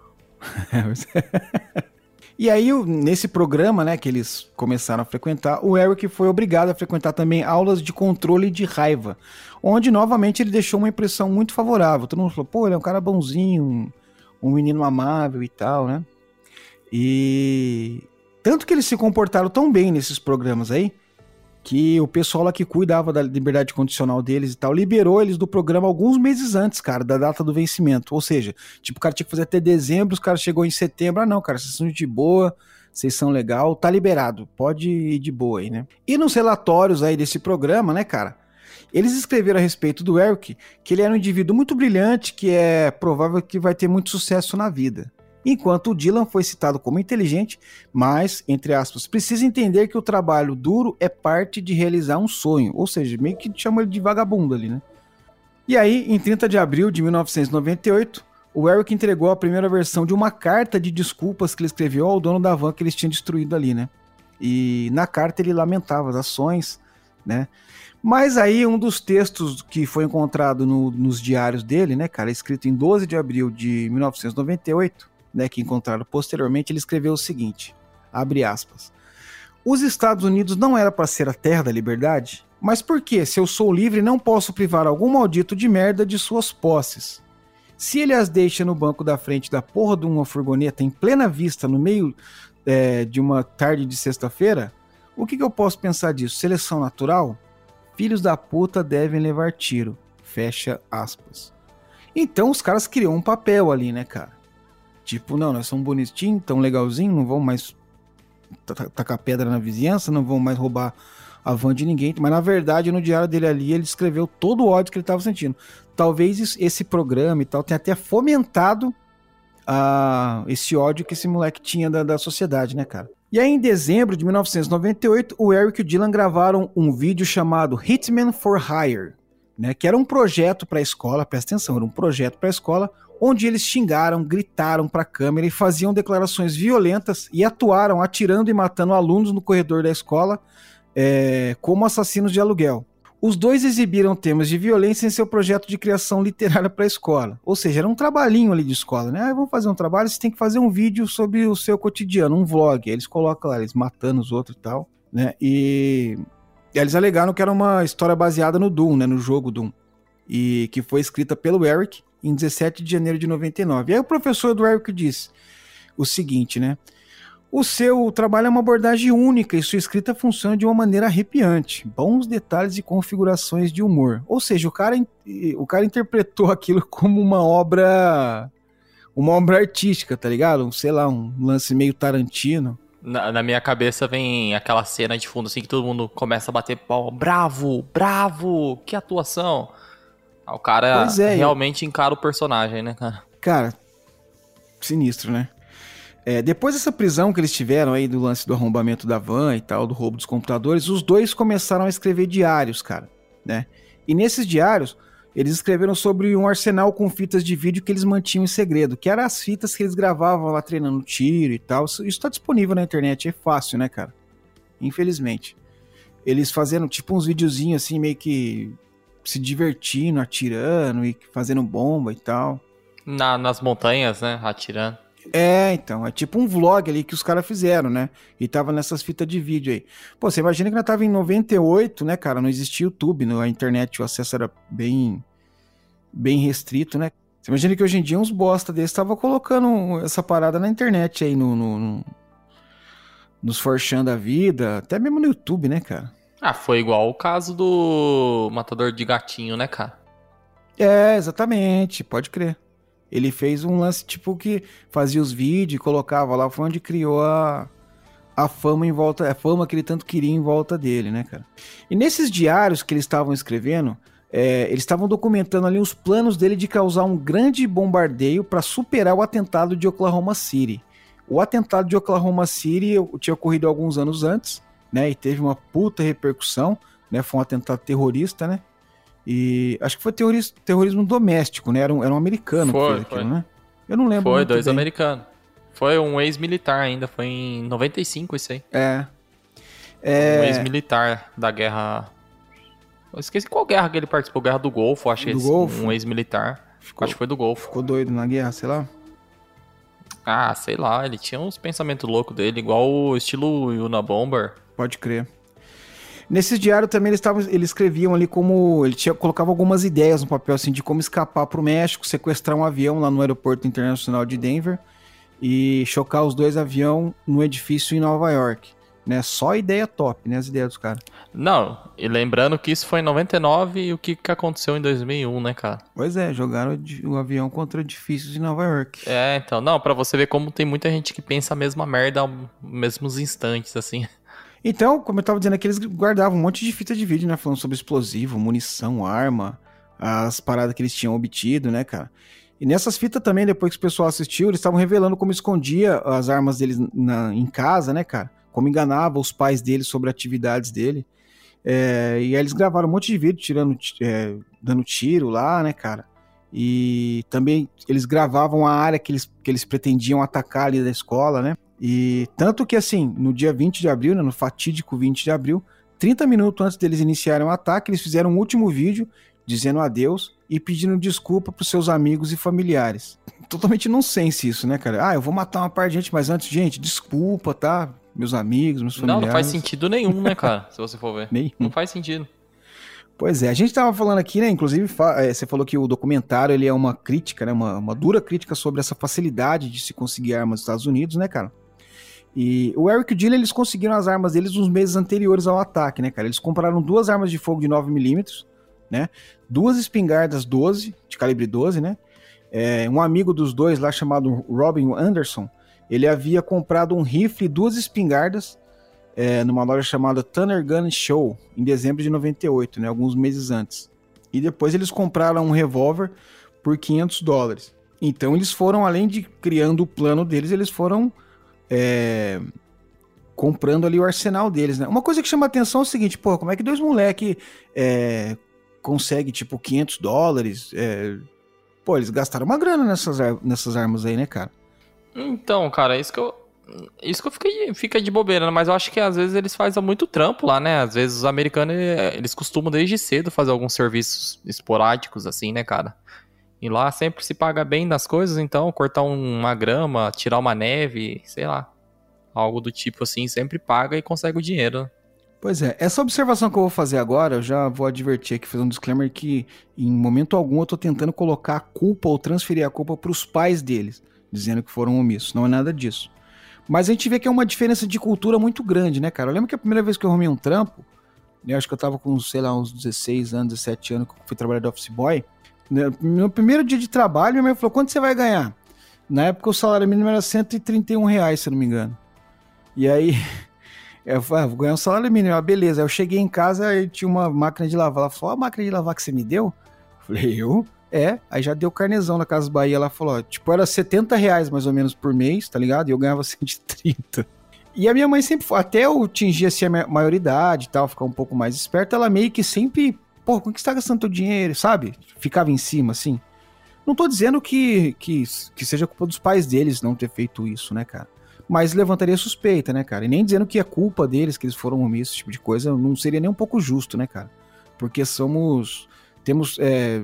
E aí, nesse programa, né, que eles começaram a frequentar, o Eric foi obrigado a frequentar também aulas de controle de raiva, onde, novamente, ele deixou uma impressão muito favorável. Todo mundo falou, pô, ele é um cara bonzinho, um, um menino amável e tal, né? E Tanto que eles se comportaram tão bem nesses programas aí, que o pessoal lá que cuidava da liberdade condicional deles e tal, liberou eles do programa alguns meses antes, cara, da data do vencimento. Ou seja, tipo, o cara tinha que fazer até dezembro, os caras chegou em setembro, ah não, cara, vocês são de boa, vocês são legal, tá liberado, pode ir de boa aí, né? E nos relatórios aí desse programa, né, cara, eles escreveram a respeito do Eric que ele era um indivíduo muito brilhante, que é provável que vai ter muito sucesso na vida. Enquanto o Dylan foi citado como inteligente, mas, entre aspas, precisa entender que o trabalho duro é parte de realizar um sonho, ou seja, meio que chama ele de vagabundo ali, né? E aí, em trinta de abril de mil novecentos e noventa e oito, o Eric entregou a primeira versão de uma carta de desculpas que ele escreveu ao dono da van que eles tinham destruído ali, né? E na carta ele lamentava as ações, né? Mas aí um dos textos que foi encontrado no, nos diários dele, né, cara, escrito em doze de abril de mil novecentos e noventa e oito, né, que encontraram posteriormente, ele escreveu o seguinte, abre aspas, os Estados Unidos não era para ser a terra da liberdade? Mas por que, se eu sou livre, não posso privar algum maldito de merda de suas posses? Se ele as deixa no banco da frente da porra de uma furgoneta em plena vista, no meio é, de uma tarde de sexta-feira, o que, que eu posso pensar disso? Seleção natural? Filhos da puta devem levar tiro. Fecha aspas. Então os caras criam um papel ali, né, cara? Tipo, não, nós somos bonitinhos, tão legalzinho, não vão mais tacar pedra na vizinhança, não vão mais roubar a van de ninguém. Mas na verdade, no diário dele ali, ele escreveu todo o ódio que ele estava sentindo. Talvez esse programa e tal tenha até fomentado uh, esse ódio que esse moleque tinha da, da sociedade, né, cara? E aí, em dezembro de mil novecentos e noventa e oito, o Eric e o Dylan gravaram um vídeo chamado Hitman for Hire, né, que era um projeto para a escola, presta atenção, era um projeto para a escola, onde eles xingaram, gritaram para a câmera e faziam declarações violentas e atuaram atirando e matando alunos no corredor da escola é, como assassinos de aluguel. Os dois exibiram temas de violência em seu projeto de criação literária para a escola. Ou seja, era um trabalhinho ali de escola, né? Ah, vamos fazer um trabalho, você tem que fazer um vídeo sobre o seu cotidiano, um vlog. Aí eles colocam lá, eles matando os outros e tal, né? E eles alegaram que era uma história baseada no Doom, né? No jogo Doom. E que foi escrita pelo Eric em dezessete de janeiro de noventa e nove. E aí o professor do Eric disse o seguinte, né? O seu trabalho é uma abordagem única e sua escrita funciona de uma maneira arrepiante. Bons detalhes e configurações de humor. Ou seja, o cara, o cara interpretou aquilo como uma obra uma obra artística, tá ligado? Sei lá, um lance meio Tarantino. Na, na minha cabeça vem aquela cena de fundo assim que todo mundo começa a bater pau. Bravo, bravo, que atuação. O cara é, realmente eu... encara o personagem, né, cara? Cara, sinistro, né? É, depois dessa prisão que eles tiveram aí do lance do arrombamento da van e tal, do roubo dos computadores, os dois começaram a escrever diários, cara, né? E nesses diários, eles escreveram sobre um arsenal com fitas de vídeo que eles mantinham em segredo, que eram as fitas que eles gravavam lá treinando tiro e tal. Isso tá disponível na internet, é fácil, né, cara? Infelizmente. Eles fazendo tipo uns videozinhos assim, meio que se divertindo, atirando e fazendo bomba e tal. Na, nas montanhas, né, atirando. É, então, é tipo um vlog ali que os caras fizeram, né? E tava nessas fitas de vídeo aí. Pô, você imagina que nós tava em noventa e oito, né, cara? Não existia YouTube, né? A internet, o acesso era bem, bem restrito, né? Você imagina que hoje em dia uns bosta desses estavam colocando essa parada na internet aí, no, no, no, nos forchan da vida, até mesmo no YouTube, né, cara? Ah, foi igual o caso do Matador de Gatinho, né, cara? É, exatamente, pode crer. Ele fez um lance tipo que fazia os vídeos e colocava lá, foi onde criou a, a fama em volta, a fama que ele tanto queria em volta dele, né, cara? E nesses diários que eles estavam escrevendo, é, eles estavam documentando ali os planos dele de causar um grande bombardeio para superar o atentado de Oklahoma City. O atentado de Oklahoma City tinha ocorrido alguns anos antes, né, e teve uma puta repercussão, né, foi um atentado terrorista, né? E acho que foi terrorismo, terrorismo doméstico, né? Era um, era um americano foi, que fez aquilo, foi. Né? Eu não lembro. Foi, dois bem. americanos. Foi um ex-militar ainda, foi em noventa e cinco isso aí. É. é... Um ex-militar da guerra... Eu esqueci qual guerra que ele participou, guerra do Golfo, acho que esse, Golfo? Um ex-militar. Ficou, acho que foi do Golfo. Ficou doido na guerra, sei lá? Ah, sei lá, ele tinha uns pensamentos loucos dele, igual o estilo Unabomber. Pode crer. Nesses diários também eles, tavam, eles escreviam ali como... Ele tinha, colocava algumas ideias no papel, assim, de como escapar pro México, sequestrar um avião lá no aeroporto internacional de Denver e chocar os dois aviões no edifício em Nova York. Né? Só ideia top, né? As ideias dos caras. Não, e lembrando que isso foi em noventa e nove e o que, que aconteceu em dois mil e um, né, cara? Pois é, jogaram o avião contra edifícios em Nova York. É, então, não, pra você ver como tem muita gente que pensa a mesma merda aos mesmos instantes, assim. Então, como eu tava dizendo aqui, eles guardavam um monte de fita de vídeo, né? Falando sobre explosivo, munição, arma, as paradas que eles tinham obtido, né, cara? E nessas fitas também, depois que o pessoal assistiu, eles estavam revelando como escondia as armas deles na, em casa, né, cara? Como enganava os pais dele sobre atividades dele. É, e aí eles gravaram um monte de vídeo tirando, é, dando tiro lá, né, cara? E também eles gravavam a área que eles, que eles pretendiam atacar ali da escola, né? E tanto que, assim, no dia vinte de abril, né, no fatídico vinte de abril, trinta minutos antes deles iniciarem o ataque, eles fizeram um último vídeo dizendo adeus e pedindo desculpa pros seus amigos e familiares. Totalmente nonsense isso, né, cara? Ah, eu vou matar uma parte de gente, mas antes, gente, desculpa, tá? Meus amigos, meus familiares. Não, não faz sentido nenhum, né, cara? Se você for ver. Nenhum. Não faz sentido. Pois é, a gente tava falando aqui, né, inclusive você falou que o documentário ele é uma crítica, né, uma, uma dura crítica sobre essa facilidade de se conseguir armas nos Estados Unidos, né, cara? E o Eric e o Dylan, eles conseguiram as armas deles nos meses anteriores ao ataque, né, cara? Eles compraram duas armas de fogo de nove milímetros, né, duas espingardas doze, de calibre doze, né, é, um amigo dos dois lá chamado Robin Anderson, ele havia comprado um rifle e duas espingardas é, numa loja chamada Thunder Gun Show, em dezembro de noventa e oito, né, alguns meses antes. E depois eles compraram um revólver por quinhentos dólares. Então eles foram, além de criando o plano deles, eles foram é, comprando ali o arsenal deles, né. Uma coisa que chama atenção é o seguinte, pô, como é que dois moleques é, conseguem, tipo, quinhentos dólares? É, pô, eles gastaram uma grana nessas, nessas armas aí, né, cara? Então, cara, isso que eu... Isso que eu fiquei, fica de bobeira, né? Mas eu acho que às vezes eles fazem muito trampo lá, né? Às vezes os americanos, eles costumam desde cedo fazer alguns serviços esporádicos, assim, né, cara? E lá sempre se paga bem das coisas, então cortar uma grama, tirar uma neve, sei lá. Algo do tipo assim, sempre paga e consegue o dinheiro. Pois é, essa observação que eu vou fazer agora, eu já vou advertir aqui, fazer um disclaimer que em momento algum eu tô tentando colocar a culpa ou transferir a culpa pros pais deles, dizendo que foram omissos. Não é nada disso. Mas a gente vê que é uma diferença de cultura muito grande, né, cara? Eu lembro que a primeira vez que eu arrumei um trampo, né, eu acho que eu tava com, sei lá, uns dezesseis anos, dezessete anos, que eu fui trabalhar de office boy. Né, no primeiro dia de trabalho, minha mãe falou, quanto você vai ganhar? Na época o salário mínimo era cento e trinta e um reais, se eu não me engano. E aí, eu falei, ah, vou ganhar um salário mínimo. Ah, beleza. Aí eu cheguei em casa e tinha uma máquina de lavar. Ela falou, a máquina de lavar que você me deu? Eu falei, eu? É, aí já deu carnezão na Casa Bahia, ela falou, ó, tipo, era setenta reais mais ou menos por mês, tá ligado? E eu ganhava cento e trinta. E a minha mãe sempre, até eu atingir assim, a maioridade e tal, ficar um pouco mais esperta, ela meio que sempre, pô, como que você tá gastando teu dinheiro, sabe? Ficava em cima, assim. Não tô dizendo que, que, que seja culpa dos pais deles não ter feito isso, né, cara? Mas levantaria suspeita, né, cara? E nem dizendo que é culpa deles, que eles foram omissos, esse tipo de coisa, não seria nem um pouco justo, né, cara? Porque somos, temos... É,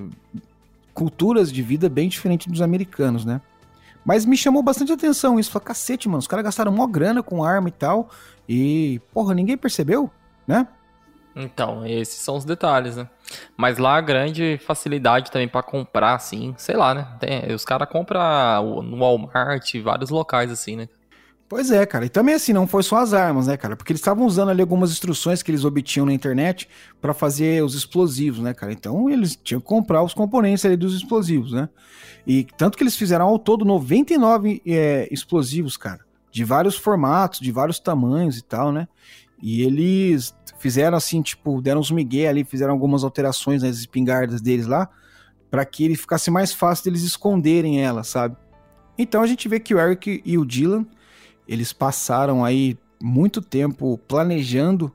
culturas de vida bem diferentes dos americanos, né? Mas me chamou bastante atenção isso. Falei, cacete, mano, os caras gastaram mó grana com arma e tal. E, porra, ninguém percebeu, né? Então, esses são os detalhes, né? Mas lá a grande facilidade também pra comprar, assim, sei lá, né? Tem, os caras compram no Walmart, vários locais, assim, né? Pois é, cara. E também assim, não foi só as armas, né, cara? Porque eles estavam usando ali algumas instruções que eles obtinham na internet pra fazer os explosivos, né, cara? Então eles tinham que comprar os componentes ali dos explosivos, né? E tanto que eles fizeram ao todo noventa e nove é, explosivos, cara. De vários formatos, de vários tamanhos e tal, né? E eles fizeram assim, tipo, deram uns migué ali, fizeram algumas alterações nas espingardas deles lá, pra que ele ficasse mais fácil deles esconderem ela, sabe? Então a gente vê que o Eric e o Dylan, eles passaram aí muito tempo planejando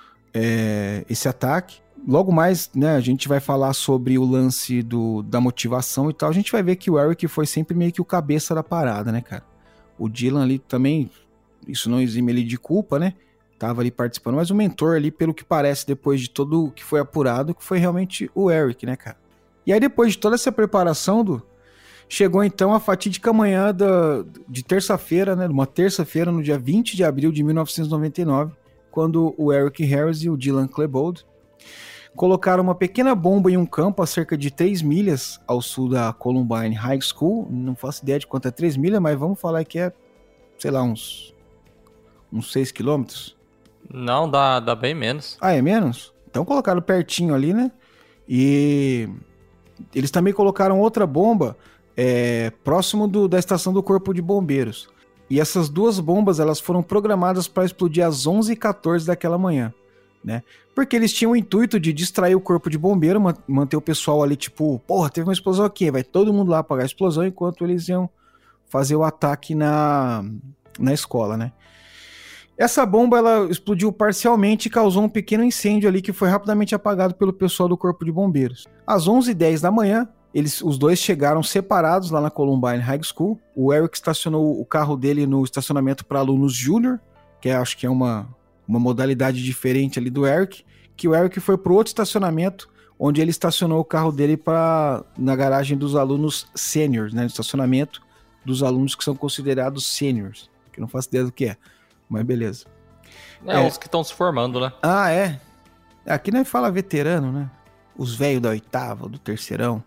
é, esse ataque. Logo mais, né, a gente vai falar sobre o lance do, da motivação e tal. A gente vai ver que o Eric foi sempre meio que o cabeça da parada, né, cara? O Dylan ali também, isso não exime ele de culpa, né? Tava ali participando, mas o mentor ali, pelo que parece, depois de tudo o que foi apurado, que foi realmente o Eric, né, cara? E aí depois de toda essa preparação do... Chegou então a fatídica manhã da, de terça-feira, né? Uma terça-feira, no dia vinte de abril de mil novecentos e noventa e nove, quando o Eric Harris e o Dylan Klebold colocaram uma pequena bomba em um campo a cerca de três milhas ao sul da Columbine High School. Não faço ideia de quanto é três milhas, mas vamos falar que é, sei lá, uns, uns seis quilômetros. Não, dá, dá bem menos. Ah, é menos? Então colocaram pertinho ali, né? E eles também colocaram outra bomba é, próximo do, da estação do Corpo de Bombeiros. E essas duas bombas, elas foram programadas para explodir às onze e quatorze daquela manhã, né? Porque eles tinham o intuito de distrair o Corpo de Bombeiro, manter o pessoal ali, tipo, porra, teve uma explosão aqui, vai todo mundo lá apagar a explosão, enquanto eles iam fazer o ataque na, na escola, né? Essa bomba, ela explodiu parcialmente e causou um pequeno incêndio ali que foi rapidamente apagado pelo pessoal do Corpo de Bombeiros. Às onze e dez da manhã, eles, os dois chegaram separados lá na Columbine High School. O Eric estacionou o carro dele no estacionamento para alunos júnior, que é, acho que é uma, uma modalidade diferente ali do Eric, que o Eric foi para outro estacionamento, onde ele estacionou o carro dele pra, na garagem dos alunos seniors, né, no estacionamento dos alunos que são considerados seniors, que eu não faço ideia do que é. Mas beleza. É, é, os que estão se formando, né? Ah, é. Aqui não fala veterano, né? Os velhos da oitava, do terceirão.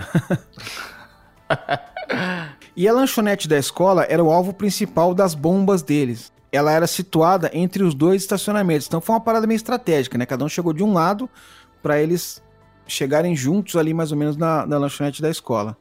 E a lanchonete da escola era o alvo principal das bombas deles. Ela era situada entre os dois estacionamentos. Então foi uma parada meio estratégica, né? Cada um chegou de um lado para eles chegarem juntos ali mais ou menos na, na lanchonete da escola.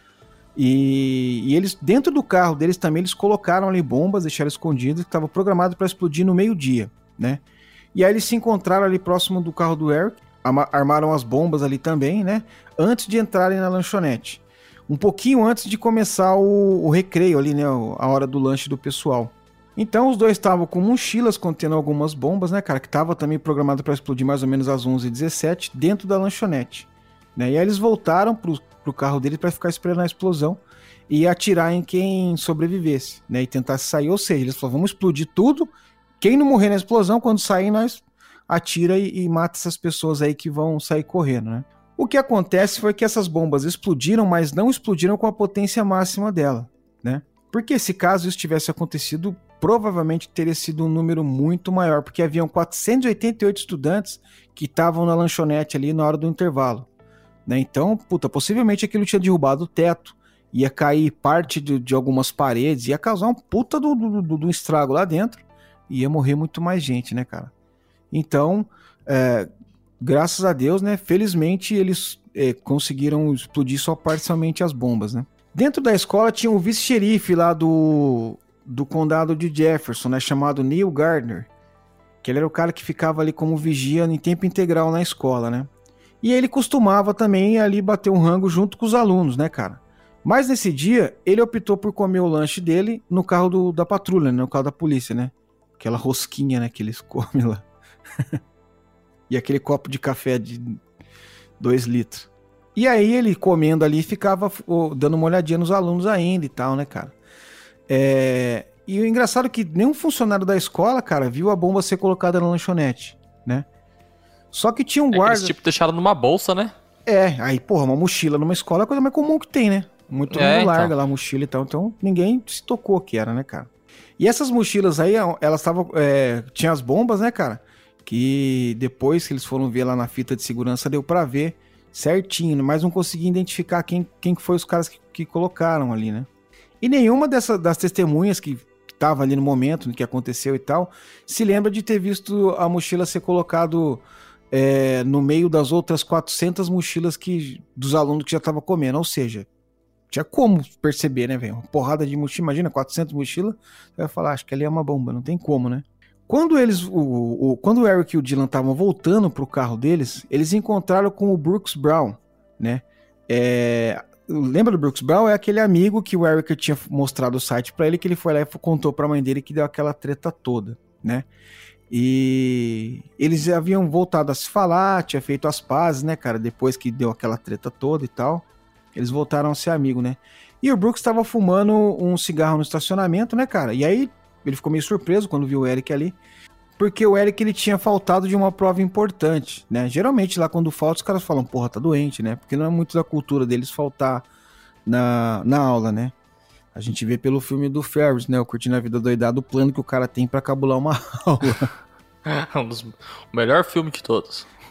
E, e eles, dentro do carro deles também, eles colocaram ali bombas, deixaram escondidas, que estava programado para explodir no meio-dia, né? E aí eles se encontraram ali próximo do carro do Eric, armaram as bombas ali também, né? Antes de entrarem na lanchonete. Um pouquinho antes de começar o, o recreio ali, né? A hora do lanche do pessoal. Então os dois estavam com mochilas contendo algumas bombas, né, cara? Que estava também programado para explodir mais ou menos às onze e dezessete dentro da lanchonete, né? E aí eles voltaram pro pro carro dele para ficar esperando a explosão e atirar em quem sobrevivesse, né, e tentar sair, ou seja, eles falaram, vamos explodir tudo, quem não morrer na explosão, quando sair nós atira e, e mata essas pessoas aí que vão sair correndo, né. O que acontece foi que essas bombas explodiram, mas não explodiram com a potência máxima dela, né, porque se caso isso tivesse acontecido, provavelmente teria sido um número muito maior, porque haviam quatrocentos e oitenta e oito estudantes que estavam na lanchonete ali na hora do intervalo. Né? Então, puta, possivelmente aquilo tinha derrubado o teto, ia cair parte de, de algumas paredes, ia causar um puta do, do, do, do estrago lá dentro, e ia morrer muito mais gente, né, cara? Então, é, graças a Deus, né, felizmente eles é, conseguiram explodir só parcialmente as bombas, né? Dentro da escola tinha um vice-xerife lá do, do condado de Jefferson, né, chamado Neil Gardner, que ele era o cara que ficava ali como vigia em tempo integral na escola, né? E ele costumava também ali bater um rango junto com os alunos, né, cara? Mas nesse dia, ele optou por comer o lanche dele no carro do, da patrulha, né, no carro da polícia, né? Aquela rosquinha, né, que eles comem lá. E aquele copo de café de dois litros. E aí ele comendo ali, ficava oh, dando uma olhadinha nos alunos ainda e tal, né, cara? É... E o engraçado é que nenhum funcionário da escola, cara, viu a bomba ser colocada na lanchonete, né? Só que tinha um guarda... É que eles, tipo, deixaram numa bolsa, né? É, aí, porra, uma mochila numa escola é a coisa mais comum que tem, né? Muito é, mundo larga então. lá a mochila e tal, então ninguém se tocou que era, né, cara? E essas mochilas aí, elas estavam... É, tinha as bombas, né, cara? Que depois que eles foram ver lá na fita de segurança, deu pra ver certinho, mas não consegui identificar quem, quem foi os caras que, que colocaram ali, né? E nenhuma dessa, das testemunhas que estava ali no momento que aconteceu e tal, se lembra de ter visto a mochila ser colocado... É, no meio das outras quatrocentas mochilas que, dos alunos que já estavam comendo, ou seja, tinha como perceber, né, velho? Uma porrada de mochila, imagina, quatrocentas mochilas, você vai falar, acho que ali é uma bomba, não tem como, né? Quando eles, o, o, quando o Eric e o Dylan estavam voltando pro carro deles, eles encontraram com o Brooks Brown, né? É, lembra do Brooks Brown? É aquele amigo que o Eric tinha mostrado o site pra ele, que ele foi lá e contou pra mãe dele que deu aquela treta toda, né? E eles haviam voltado a se falar, tinha feito as pazes, né, cara, depois que deu aquela treta toda e tal, eles voltaram a ser amigos, né, e o Brooks tava fumando um cigarro no estacionamento, né, cara, e aí ele ficou meio surpreso quando viu o Eric ali, porque o Eric, ele tinha faltado de uma prova importante, né, geralmente lá quando falta os caras falam, porra, tá doente, né, porque não é muito da cultura deles faltar na, na aula, né. A gente vê pelo filme do Ferris, né? O Curtindo a Vida Doidado, o plano que o cara tem pra cabular uma aula. Um dos, o melhor filme de todos.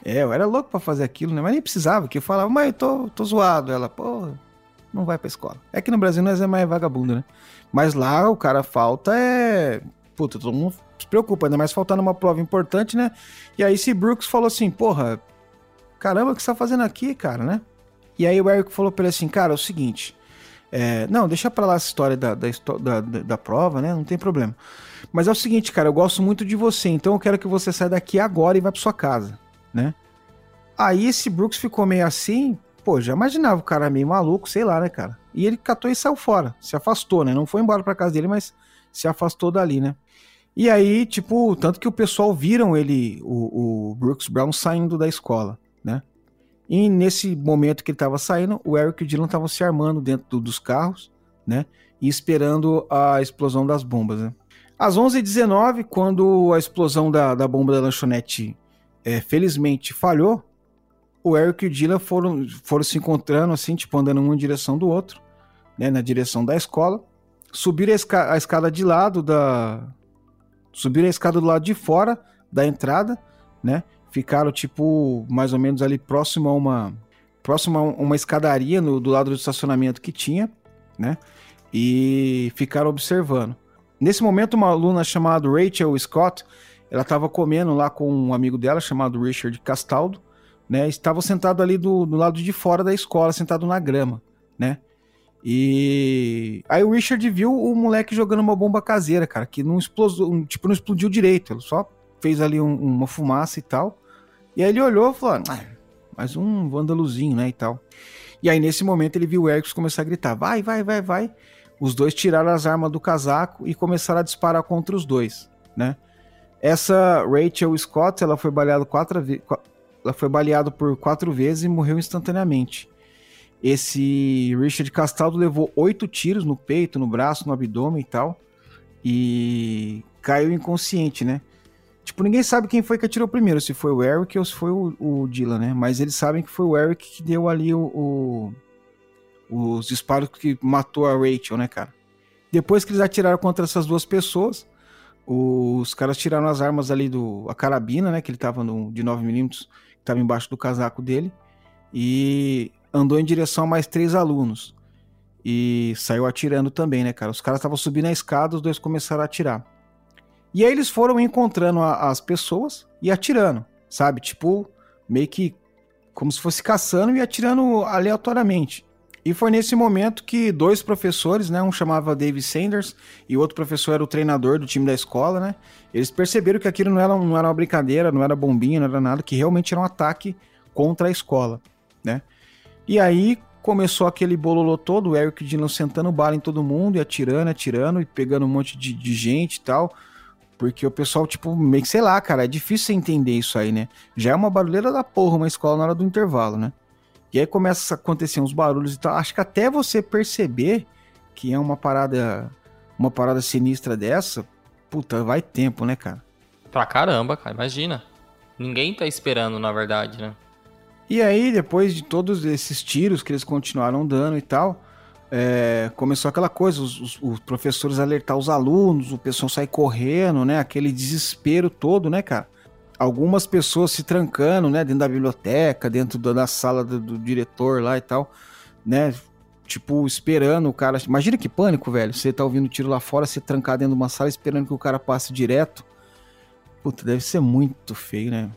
É, eu era louco pra fazer aquilo, né? Mas nem precisava, porque eu falava, mas eu tô, tô zoado. Ela, pô, não vai pra escola. É que no Brasil nós é mais vagabundo, né? Mas lá o cara falta é... Puta, todo mundo se preocupa, ainda mais faltar numa prova importante, né? E aí esse Brooks falou assim, porra, caramba, o que você tá fazendo aqui, cara, né? E aí o Eric falou pra ele assim, cara, é o seguinte... É, não, deixa pra lá essa história da, da, da, da, da prova, né? Não tem problema. Mas é o seguinte, cara, eu gosto muito de você, então eu quero que você saia daqui agora e vá pra sua casa, né? Aí esse Brooks ficou meio assim, pô, já imaginava o cara meio maluco, sei lá, né, cara? E ele catou e saiu fora, se afastou, né? Não foi embora pra casa dele, mas se afastou dali, né? E aí, tipo, tanto que o pessoal viram ele, o, o Brooks Brown, saindo da escola, né? E nesse momento que ele tava saindo, o Eric e o Dylan estavam se armando dentro do, dos carros, né? E esperando a explosão das bombas, né? Às onze e dezenove, quando a explosão da, da bomba da lanchonete é, felizmente falhou, o Eric e o Dylan foram, foram se encontrando, assim, tipo, andando um em direção do outro, né? Na direção da escola. Subiram a, esca- a escada de lado da... Subiram a escada do lado de fora da entrada, né? Ficaram, tipo, mais ou menos ali próximo a uma, próximo a uma escadaria no, do lado do estacionamento que tinha, né? E ficaram observando. Nesse momento, uma aluna chamada Rachel Scott, ela estava comendo lá com um amigo dela, chamado Richard Castaldo, né? Estavam sentados ali do, do lado de fora da escola, sentado na grama, né? E aí o Richard viu o moleque jogando uma bomba caseira, cara, que não explodiu, tipo, não explodiu direito, ele só fez ali um, uma fumaça e tal. E aí ele olhou e falou, ah, mais um vândaluzinho, né, e tal. E aí nesse momento ele viu o Eric começar a gritar, vai, vai, vai, vai. Os dois tiraram as armas do casaco e começaram a disparar contra os dois, né. Essa Rachel Scott, ela foi baleada quatro vezes, ela foi baleada por quatro vezes e morreu instantaneamente. Esse Richard Castaldo levou oito tiros no peito, no braço, no abdômen e tal, e caiu inconsciente, né. Tipo, ninguém sabe quem foi que atirou primeiro, se foi o Eric ou se foi o, o Dylan, né? Mas eles sabem que foi o Eric que deu ali o, o, os disparos que matou a Rachel, né, cara? Depois que eles atiraram contra essas duas pessoas, os caras tiraram as armas ali do... a carabina, né? Que ele tava no, de nove milímetros, que tava embaixo do casaco dele. E andou em direção a mais três alunos. E saiu atirando também, né, cara? Os caras estavam subindo a escada, os dois começaram a atirar. E aí eles foram encontrando a, as pessoas e atirando, sabe? Tipo, meio que como se fosse caçando e atirando aleatoriamente. E foi nesse momento que dois professores, né? Um chamava Dave Sanders e o outro professor era o treinador do time da escola, né? Eles perceberam que aquilo não era, não era uma brincadeira, não era bombinha, não era nada, que realmente era um ataque contra a escola, né? E aí começou aquele bololô todo, o Eric e o Dylan sentando bala em todo mundo e atirando, atirando e pegando um monte de, de gente e tal. Porque o pessoal, tipo, meio que, sei lá, cara, é difícil você entender isso aí, né? Já é uma barulheira da porra uma escola na hora do intervalo, né? E aí começa a acontecer uns barulhos e tal. Acho que até você perceber que é uma parada, uma parada sinistra dessa, puta, vai tempo, né, cara? Pra caramba, cara, imagina. Ninguém tá esperando, na verdade, né? E aí, depois de todos esses tiros que eles continuaram dando e tal... É, começou aquela coisa, os, os, os professores alertar os alunos, o pessoal sair correndo, né, aquele desespero todo, né, cara, algumas pessoas se trancando, né, dentro da biblioteca, dentro da, da sala do, do diretor lá e tal, né, tipo, esperando o cara, imagina que pânico, velho, você tá ouvindo tiro lá fora, você trancar dentro de uma sala esperando que o cara passe direto, puta, deve ser muito feio, né.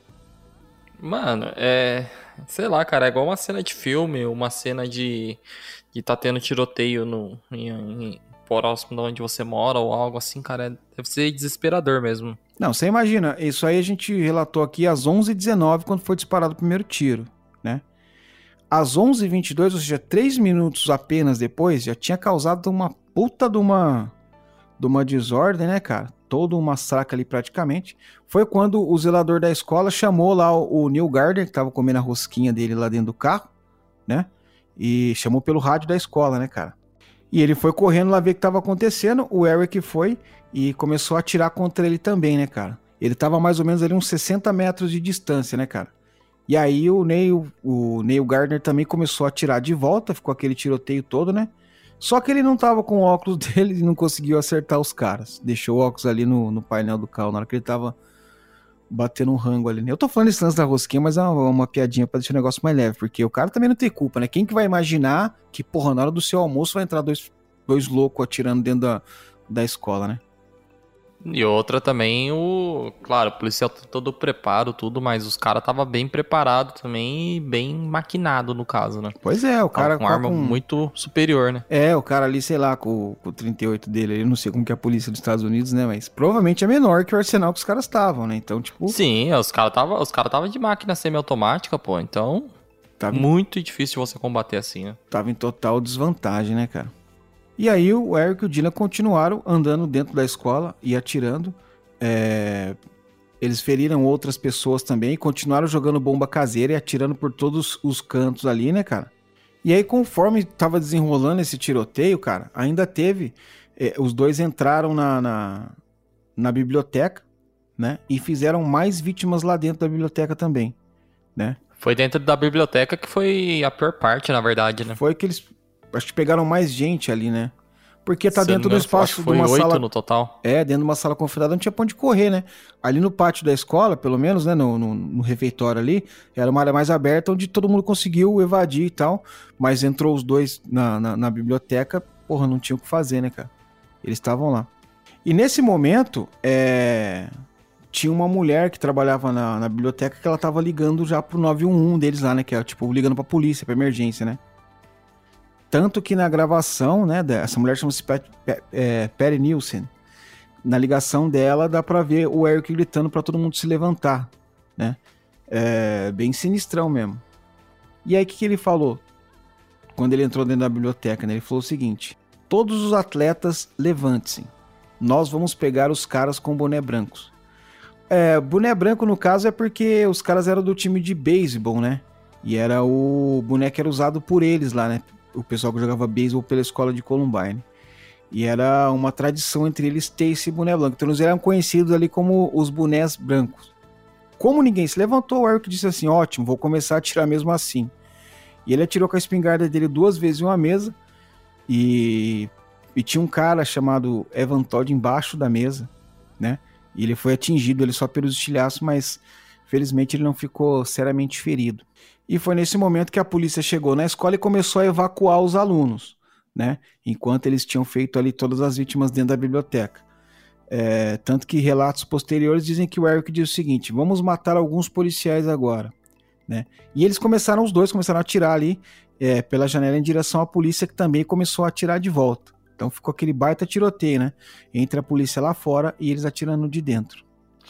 Mano, é, sei lá, cara, é igual uma cena de filme, uma cena de... de tá tendo tiroteio no, em, em, próximo de onde você mora ou algo assim, cara, é, deve ser desesperador mesmo. Não, você imagina, isso aí a gente relatou aqui às onze e dezenove quando foi disparado o primeiro tiro, né? Às onze e vinte e dois, ou seja, três minutos apenas depois, já tinha causado uma puta de uma, de uma desordem, né, cara? Todo um massacre ali praticamente. Foi quando o zelador da escola chamou lá o, o Neil Gardner, que tava comendo a rosquinha dele lá dentro do carro, né? E chamou pelo rádio da escola, né, cara? E ele foi correndo lá ver o que tava acontecendo. O Eric foi e começou a atirar contra ele também, né, cara? Ele tava mais ou menos ali uns sessenta metros de distância, né, cara? E aí o Neil, o Neil Gardner também começou a atirar de volta, ficou aquele tiroteio todo, né? Só que ele não tava com o óculos dele e não conseguiu acertar os caras. Deixou o óculos ali no, no painel do carro na hora que ele tava batendo um rango ali, né? Eu tô falando esse lance da rosquinha, mas é uma, uma piadinha pra deixar o negócio mais leve, porque o cara também não tem culpa, né? Quem que vai imaginar que, porra, na hora do seu almoço vai entrar dois, dois loucos atirando dentro da, da escola, né? E outra também, o... Claro, o policial tem todo o preparo, tudo, mas os caras estavam bem preparados também e bem maquinado no caso, né? Pois é, o cara... Com uma arma com... muito superior, né? É, o cara ali, sei lá, com, com o trinta e oito dele, eu não sei como que é a polícia dos Estados Unidos, né? Mas provavelmente é menor que o arsenal que os caras estavam, né? Então, tipo... Sim, os caras estavam os cara tava de máquina semiautomática, pô, então... Tava... Muito difícil você combater assim, né? Tava em total desvantagem, né, cara? E aí o Eric e o Dylan continuaram andando dentro da escola e atirando. É... Eles feriram outras pessoas também, continuaram jogando bomba caseira e atirando por todos os cantos ali, né, cara? E aí, conforme tava desenrolando esse tiroteio, cara, ainda teve... É, os dois entraram na, na, na biblioteca, né? E fizeram mais vítimas lá dentro da biblioteca também, né? Foi dentro da biblioteca que foi a pior parte, na verdade, né? Foi que eles... Acho que pegaram mais gente ali, né? Porque tá Se dentro do espaço de uma sala... no total. É, dentro de uma sala confinada, não tinha pra onde correr, né? Ali no pátio da escola, pelo menos, né? No, no, no refeitório ali, era uma área mais aberta, onde todo mundo conseguiu evadir e tal. Mas entrou os dois na, na, na biblioteca, porra, não tinha o que fazer, né, cara? Eles estavam lá. E nesse momento, é... tinha uma mulher que trabalhava na, na biblioteca que ela tava ligando já pro nove um um deles lá, né? Que é, tipo, ligando pra polícia, pra emergência, né? Tanto que na gravação, né, essa mulher chama-se Pat, é, Perry Nielsen, na ligação dela dá pra ver o Eric gritando pra todo mundo se levantar, né, é bem sinistrão mesmo. E aí o que, que ele falou quando ele entrou dentro da biblioteca, né? Ele falou o seguinte: todos os atletas levantem-se, nós vamos pegar os caras com boné brancos. É, boné branco no caso é porque os caras eram do time de beisebol, né, e era o boné que era usado por eles lá, né, o pessoal que jogava beisebol pela escola de Columbine. E era uma tradição entre eles ter esse boné branco. Então eles eram conhecidos ali como os bonés brancos. Como ninguém se levantou, o Eric disse assim: ótimo, vou começar a atirar mesmo assim. E ele atirou com a espingarda dele duas vezes em uma mesa. E, e tinha um cara chamado Evan Todd embaixo da mesa, né? E ele foi atingido ali só pelos estilhaços, mas felizmente ele não ficou seriamente ferido. E foi nesse momento que a polícia chegou na escola e começou a evacuar os alunos, né? Enquanto eles tinham feito ali todas as vítimas dentro da biblioteca. É, tanto que relatos posteriores dizem que o Eric diz o seguinte: vamos matar alguns policiais agora, né? E eles começaram, os dois começaram a atirar ali é, pela janela em direção à polícia, que também começou a atirar de volta. Então ficou aquele baita tiroteio, né? Entre a polícia lá fora e eles atirando de dentro.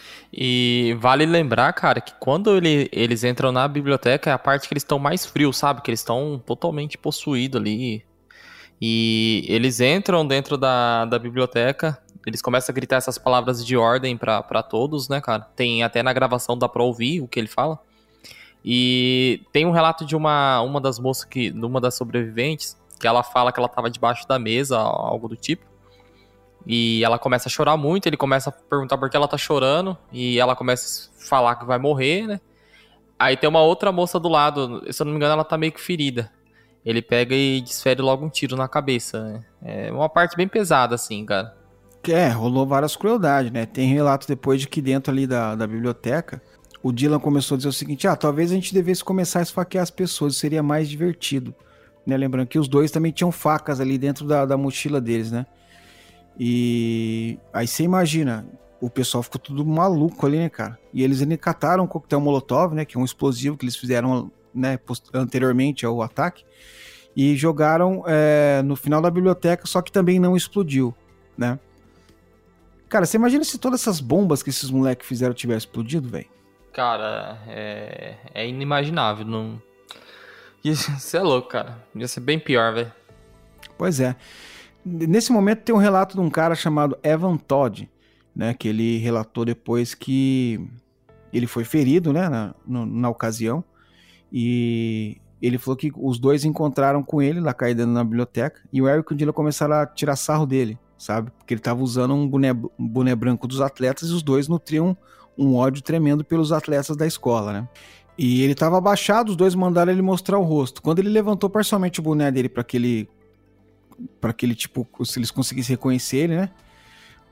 E vale lembrar, cara, que quando ele, eles entram na biblioteca é a parte que eles estão mais frios, sabe? Que eles estão totalmente possuídos ali. E eles entram dentro da, da biblioteca, eles começam a gritar essas palavras de ordem pra, pra todos, né, cara? Tem até na gravação, dá pra ouvir o que ele fala. E tem um relato de uma, uma das moças, que, de uma das sobreviventes, que ela fala que ela tava debaixo da mesa, algo do tipo. E ela começa a chorar muito, ele começa a perguntar por que ela tá chorando, e ela começa a falar que vai morrer, né? Aí tem uma outra moça do lado, se eu não me engano ela tá meio que ferida. Ele pega e desfere logo um tiro na cabeça, né? É uma parte bem pesada, assim, cara. É, rolou várias crueldades, né? Tem relato depois de que dentro ali da, da biblioteca, o Dylan começou a dizer o seguinte: ah, talvez a gente devesse começar a esfaquear as pessoas, seria mais divertido, né? Lembrando que os dois também tinham facas ali dentro da, da mochila deles, né? E aí você imagina, o pessoal ficou tudo maluco ali, né, cara? E eles ainda cataram um coquetel molotov, né, que é um explosivo que eles fizeram, né, anteriormente ao ataque, e jogaram é, no final da biblioteca, só que também não explodiu, né? Cara, você imagina se todas essas bombas que esses moleques fizeram tivessem explodido, velho? Cara, é, é inimaginável, não... Isso é louco, cara. Ia ser bem pior, velho. Pois é. Nesse momento tem um relato de um cara chamado Evan Todd, né, que ele relatou depois que ele foi ferido, né, na, no, na ocasião, e ele falou que os dois encontraram com ele lá caído na biblioteca, e o Eric e o Dylan começaram a tirar sarro dele, sabe, porque ele tava usando um boné, um boné branco dos atletas, e os dois nutriam um ódio tremendo pelos atletas da escola, né. E ele tava abaixado, os dois mandaram ele mostrar o rosto. Quando ele levantou parcialmente o boné dele para aquele para aquele tipo, se eles conseguissem reconhecer ele, né?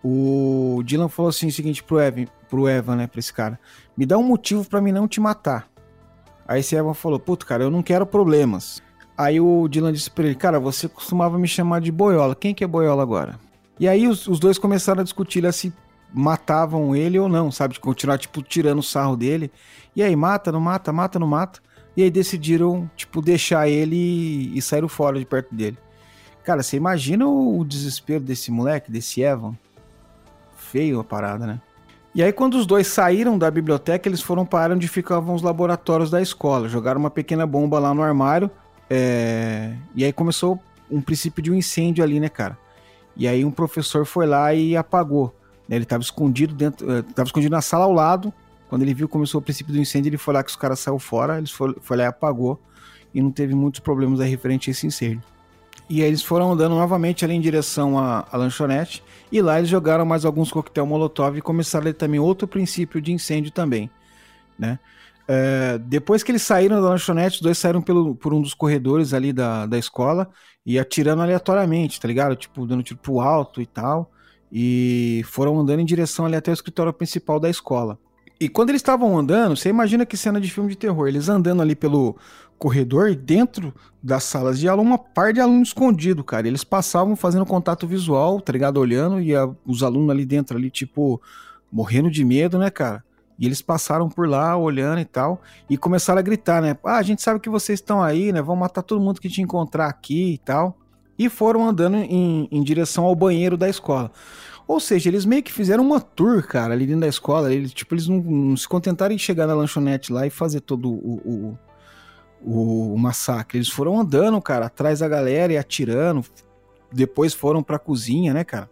o Dylan falou assim, o seguinte pro Evan, pro Evan, né, pra esse cara. Me dá um motivo pra mim não te matar. Aí esse Evan falou, puto, cara, eu não quero problemas. Aí o Dylan disse pra ele, cara, você costumava me chamar de boiola. Quem que é boiola agora? E aí os, os dois começaram a discutir lá se matavam ele ou não, sabe? De continuar, tipo, tirando o sarro dele. E aí, mata, não mata, mata, não mata. E aí decidiram, tipo, deixar ele e, e saíram fora de perto dele. Cara, você imagina o, o desespero desse moleque, desse Evan? Feio a parada, né? E aí, quando os dois saíram da biblioteca, eles foram para onde ficavam os laboratórios da escola. Jogaram uma pequena bomba lá no armário. É... E aí começou um princípio de um incêndio ali, né, cara? E aí um professor foi lá e apagou. Ele estava escondido dentro, estava escondido na sala ao lado. Quando ele viu que começou o princípio do incêndio, ele foi lá que os caras saíram fora, ele foi, foi lá e apagou. E não teve muitos problemas aí referente a esse incêndio. E aí eles foram andando novamente ali em direção à, à lanchonete. E lá eles jogaram mais alguns coquetel molotov e começaram ali também outro princípio de incêndio também, né? É, depois que eles saíram da lanchonete, os dois saíram pelo, por um dos corredores ali da, da escola e atirando aleatoriamente, tá ligado? Tipo, dando tiro pro alto e tal. E foram andando em direção ali até o escritório principal da escola. E quando eles estavam andando, você imagina que cena de filme de terror, eles andando ali pelo corredor e dentro das salas de aula, uma par de alunos escondido, cara. Eles passavam fazendo contato visual, tá ligado? Olhando, e a, os alunos ali dentro, ali, tipo, morrendo de medo, né, cara? E eles passaram por lá, olhando e tal, e começaram a gritar, né? Ah, a gente sabe que vocês estão aí, né? Vamos matar todo mundo que te encontrar aqui e tal. E foram andando em, em direção ao banheiro da escola. Ou seja, eles meio que fizeram uma tour, cara, ali dentro da escola. Eles, tipo, eles não, não se contentaram em chegar na lanchonete lá e fazer todo o, o, o, o massacre. Eles foram andando, cara, atrás da galera e atirando. Depois foram pra cozinha, né, cara?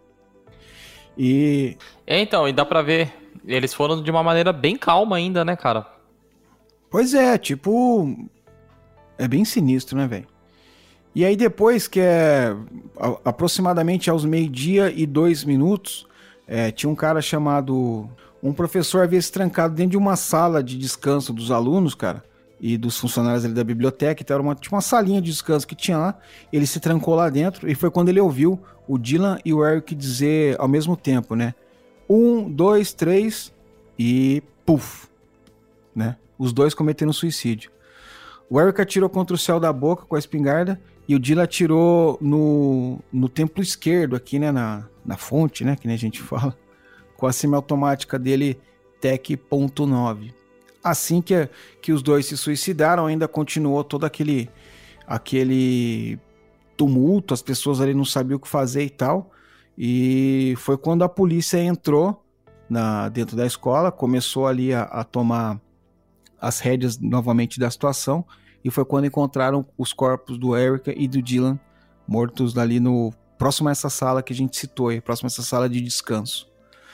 E... É, então, e dá pra ver, eles foram de uma maneira bem calma ainda, né, cara? Pois é, tipo... É bem sinistro, né, velho? E aí depois, que é a, aproximadamente aos meio-dia e dois minutos, é, tinha um cara chamado... Um professor havia se trancado dentro de uma sala de descanso dos alunos, cara, e dos funcionários ali da biblioteca. Então era uma, tinha uma salinha de descanso que tinha lá. Ele se trancou lá dentro e foi quando ele ouviu o Dylan e o Eric dizer ao mesmo tempo, né? Um, dois, três e puf, né? Os dois cometendo suicídio. O Eric atirou contra o céu da boca com a espingarda e o Dylan atirou no, no templo esquerdo aqui, né? Na, na fonte, né? Que nem a gente fala. Com a semiautomática dele Tec ponto nove. Assim que, que os dois se suicidaram, ainda continuou todo aquele, aquele tumulto, as pessoas ali não sabiam o que fazer e tal. E foi quando a polícia entrou na, dentro da escola, começou ali a, a tomar as rédeas novamente da situação, e foi quando encontraram os corpos do Eric e do Dylan mortos ali no próximo a essa sala que a gente citou aí, próximo a essa sala de descanso.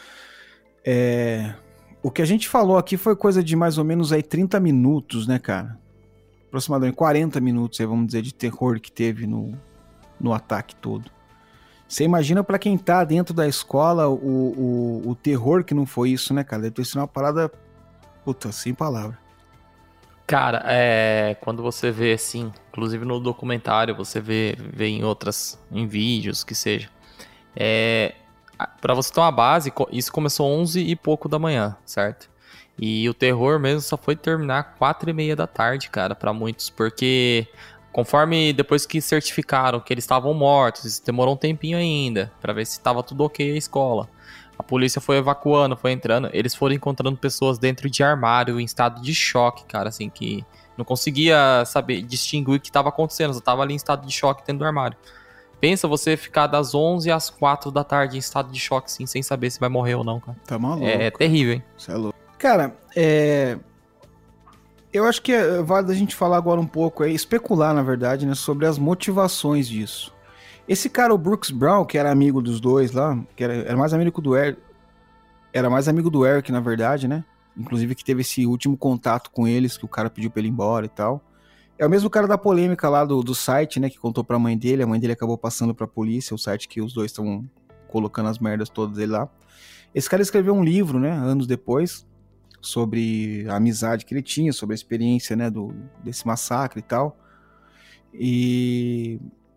É, o que a gente falou aqui foi coisa de mais ou menos aí trinta minutos, né, cara? Aproximadamente quarenta minutos, aí, vamos dizer, de terror que teve no, no ataque todo. Você imagina pra quem tá dentro da escola o, o, o terror que não foi isso, né, cara? Deve ter sido uma parada, puta, sem palavra. Cara, é, quando você vê assim, inclusive no documentário, você vê, vê em outras, em vídeos, que seja. É, pra você ter uma base, isso começou onze e pouco da manhã, certo? E o terror mesmo só foi terminar quatro e meia da tarde, cara, pra muitos, porque conforme depois que certificaram que eles estavam mortos, demorou um tempinho ainda, pra ver se tava tudo ok a escola. A polícia foi evacuando, foi entrando, eles foram encontrando pessoas dentro de armário em estado de choque, cara, assim, que não conseguia saber, distinguir o que estava acontecendo, só tava ali em estado de choque dentro do armário. Pensa você ficar das onze às quatro da tarde em estado de choque, assim, sem saber se vai morrer ou não, cara. Tá maluco. É, é terrível, hein? Isso é louco. Cara, é... eu acho que é válido a gente falar agora um pouco, é especular, na verdade, né, sobre as motivações disso. Esse cara, o Brooks Brown, que era amigo dos dois lá, que era, era mais amigo do Eric, era mais amigo do Eric, na verdade, né? Inclusive que teve esse último contato com eles, que o cara pediu pra ele ir embora e tal. É o mesmo cara da polêmica lá do, do site, né? Que contou pra mãe dele, a mãe dele acabou passando pra polícia, o site que os dois estão colocando as merdas todas dele lá. Esse cara escreveu um livro, né? Anos depois, sobre a amizade que ele tinha, sobre a experiência, né? Do, desse massacre e tal. E...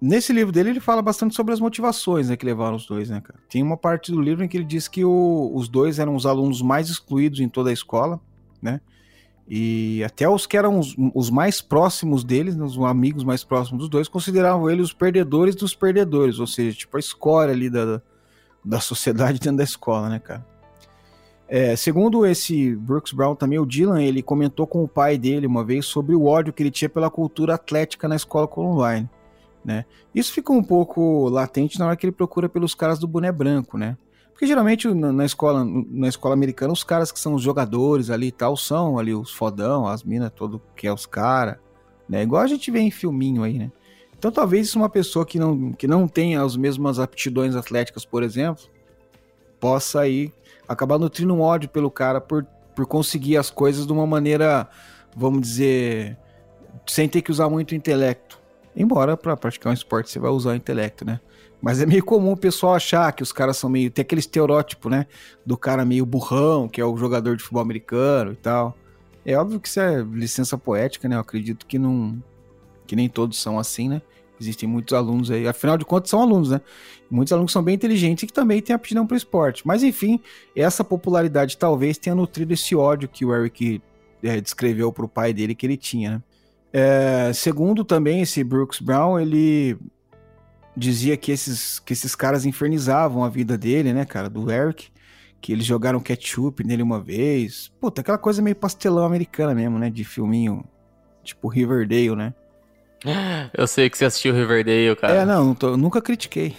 nesse livro dele ele fala bastante sobre as motivações, né, que levaram os dois, né, cara. Tem uma parte do livro em que ele diz que o, os dois eram os alunos mais excluídos em toda a escola, né, e até os que eram os, os mais próximos deles, os amigos mais próximos dos dois, consideravam eles os perdedores dos perdedores, ou seja, tipo a escória ali da, da sociedade dentro da escola, né, cara. É, segundo esse Brooks Brown também, o Dylan, ele comentou com o pai dele uma vez sobre o ódio que ele tinha pela cultura atlética na escola Columbine, né? Isso ficou um pouco latente na hora que ele procura pelos caras do boné branco, né? Porque geralmente na, na, escola, na escola americana os caras que são os jogadores ali e tal são ali os fodão, as minas, todo que é os caras, né? Igual a gente vê em filminho aí, né? Então talvez isso uma pessoa que não, que não tenha as mesmas aptidões atléticas, por exemplo, possa aí acabar nutrindo um ódio pelo cara por, por conseguir as coisas de uma maneira, vamos dizer, sem ter que usar muito o intelecto. Embora para praticar um esporte você vai usar o intelecto, né? Mas é meio comum o pessoal achar que os caras são meio... Tem aquele estereótipo, né? Do cara meio burrão, que é o jogador de futebol americano e tal. É óbvio que isso é licença poética, né? Eu acredito que não... Que nem todos são assim, né? Existem muitos alunos aí. Afinal de contas, são alunos, né? Muitos alunos são bem inteligentes e que também têm aptidão para o esporte. Mas, enfim, essa popularidade talvez tenha nutrido esse ódio que o Eric é, descreveu para o pai dele que ele tinha, né? É, segundo também esse Brooks Brown, ele dizia que esses, que esses caras infernizavam a vida dele, né, cara, do Eric, que eles jogaram ketchup nele uma vez. Puta, aquela coisa meio pastelão americana mesmo, né, de filminho, tipo Riverdale, né? Eu sei que você assistiu Riverdale, cara. É, não, tô, eu nunca critiquei.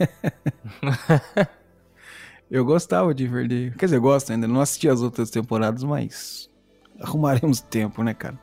Eu gostava de Riverdale. Quer dizer, eu gosto ainda, não assisti as outras temporadas, mas arrumaremos tempo, né, cara?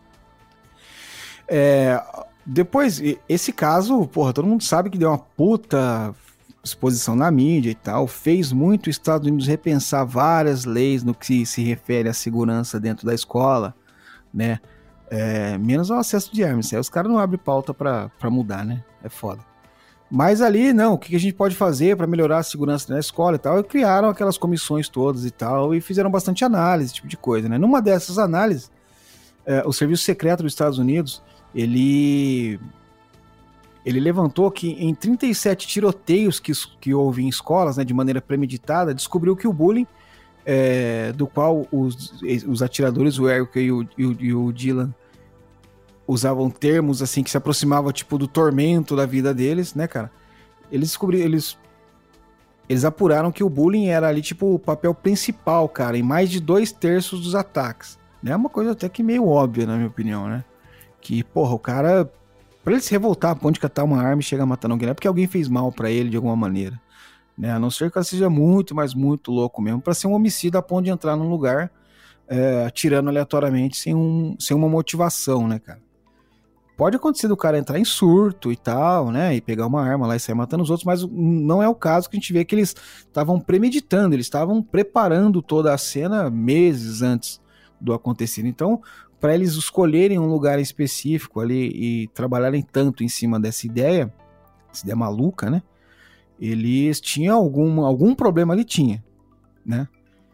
É, depois, esse caso, porra, todo mundo sabe que deu uma puta exposição na mídia e tal, fez muito os Estados Unidos repensar várias leis no que se refere à segurança dentro da escola, né, é, menos ao acesso de armas, aí os caras não abrem pauta pra, pra mudar, né, é foda. Mas ali, não, o que a gente pode fazer para melhorar a segurança na escola e tal, e criaram aquelas comissões todas e tal, e fizeram bastante análise, esse tipo de coisa, né, numa dessas análises, é, o Serviço Secreto dos Estados Unidos, Ele, ele levantou que em trinta e sete tiroteios que, que houve em escolas, né, de maneira premeditada, descobriu que o bullying, é, do qual os, os atiradores, o Eric e o, e, o, e o Dylan, usavam termos assim que se aproximavam tipo do tormento da vida deles, né, cara? Eles descobriram, eles, eles apuraram que o bullying era ali tipo o papel principal, cara, em mais de dois terços dos ataques. É uma coisa até que meio óbvia, na minha opinião, né? Que, porra, o cara, pra ele se revoltar a ponto de catar uma arma e chegar matando alguém, é porque alguém fez mal pra ele de alguma maneira, né? A não ser que ela seja muito, mas muito louco mesmo, pra ser um homicida a ponto de entrar num lugar é, atirando aleatoriamente sem, um, sem uma motivação, né, cara? Pode acontecer do cara entrar em surto e tal, né, e pegar uma arma lá e sair matando os outros, mas não é o caso que a gente vê que eles estavam premeditando, eles estavam preparando toda a cena meses antes do acontecido. Então, para eles escolherem um lugar específico ali e trabalharem tanto em cima dessa ideia, essa ideia maluca, né? Eles tinham algum, algum problema ali, tinha, né?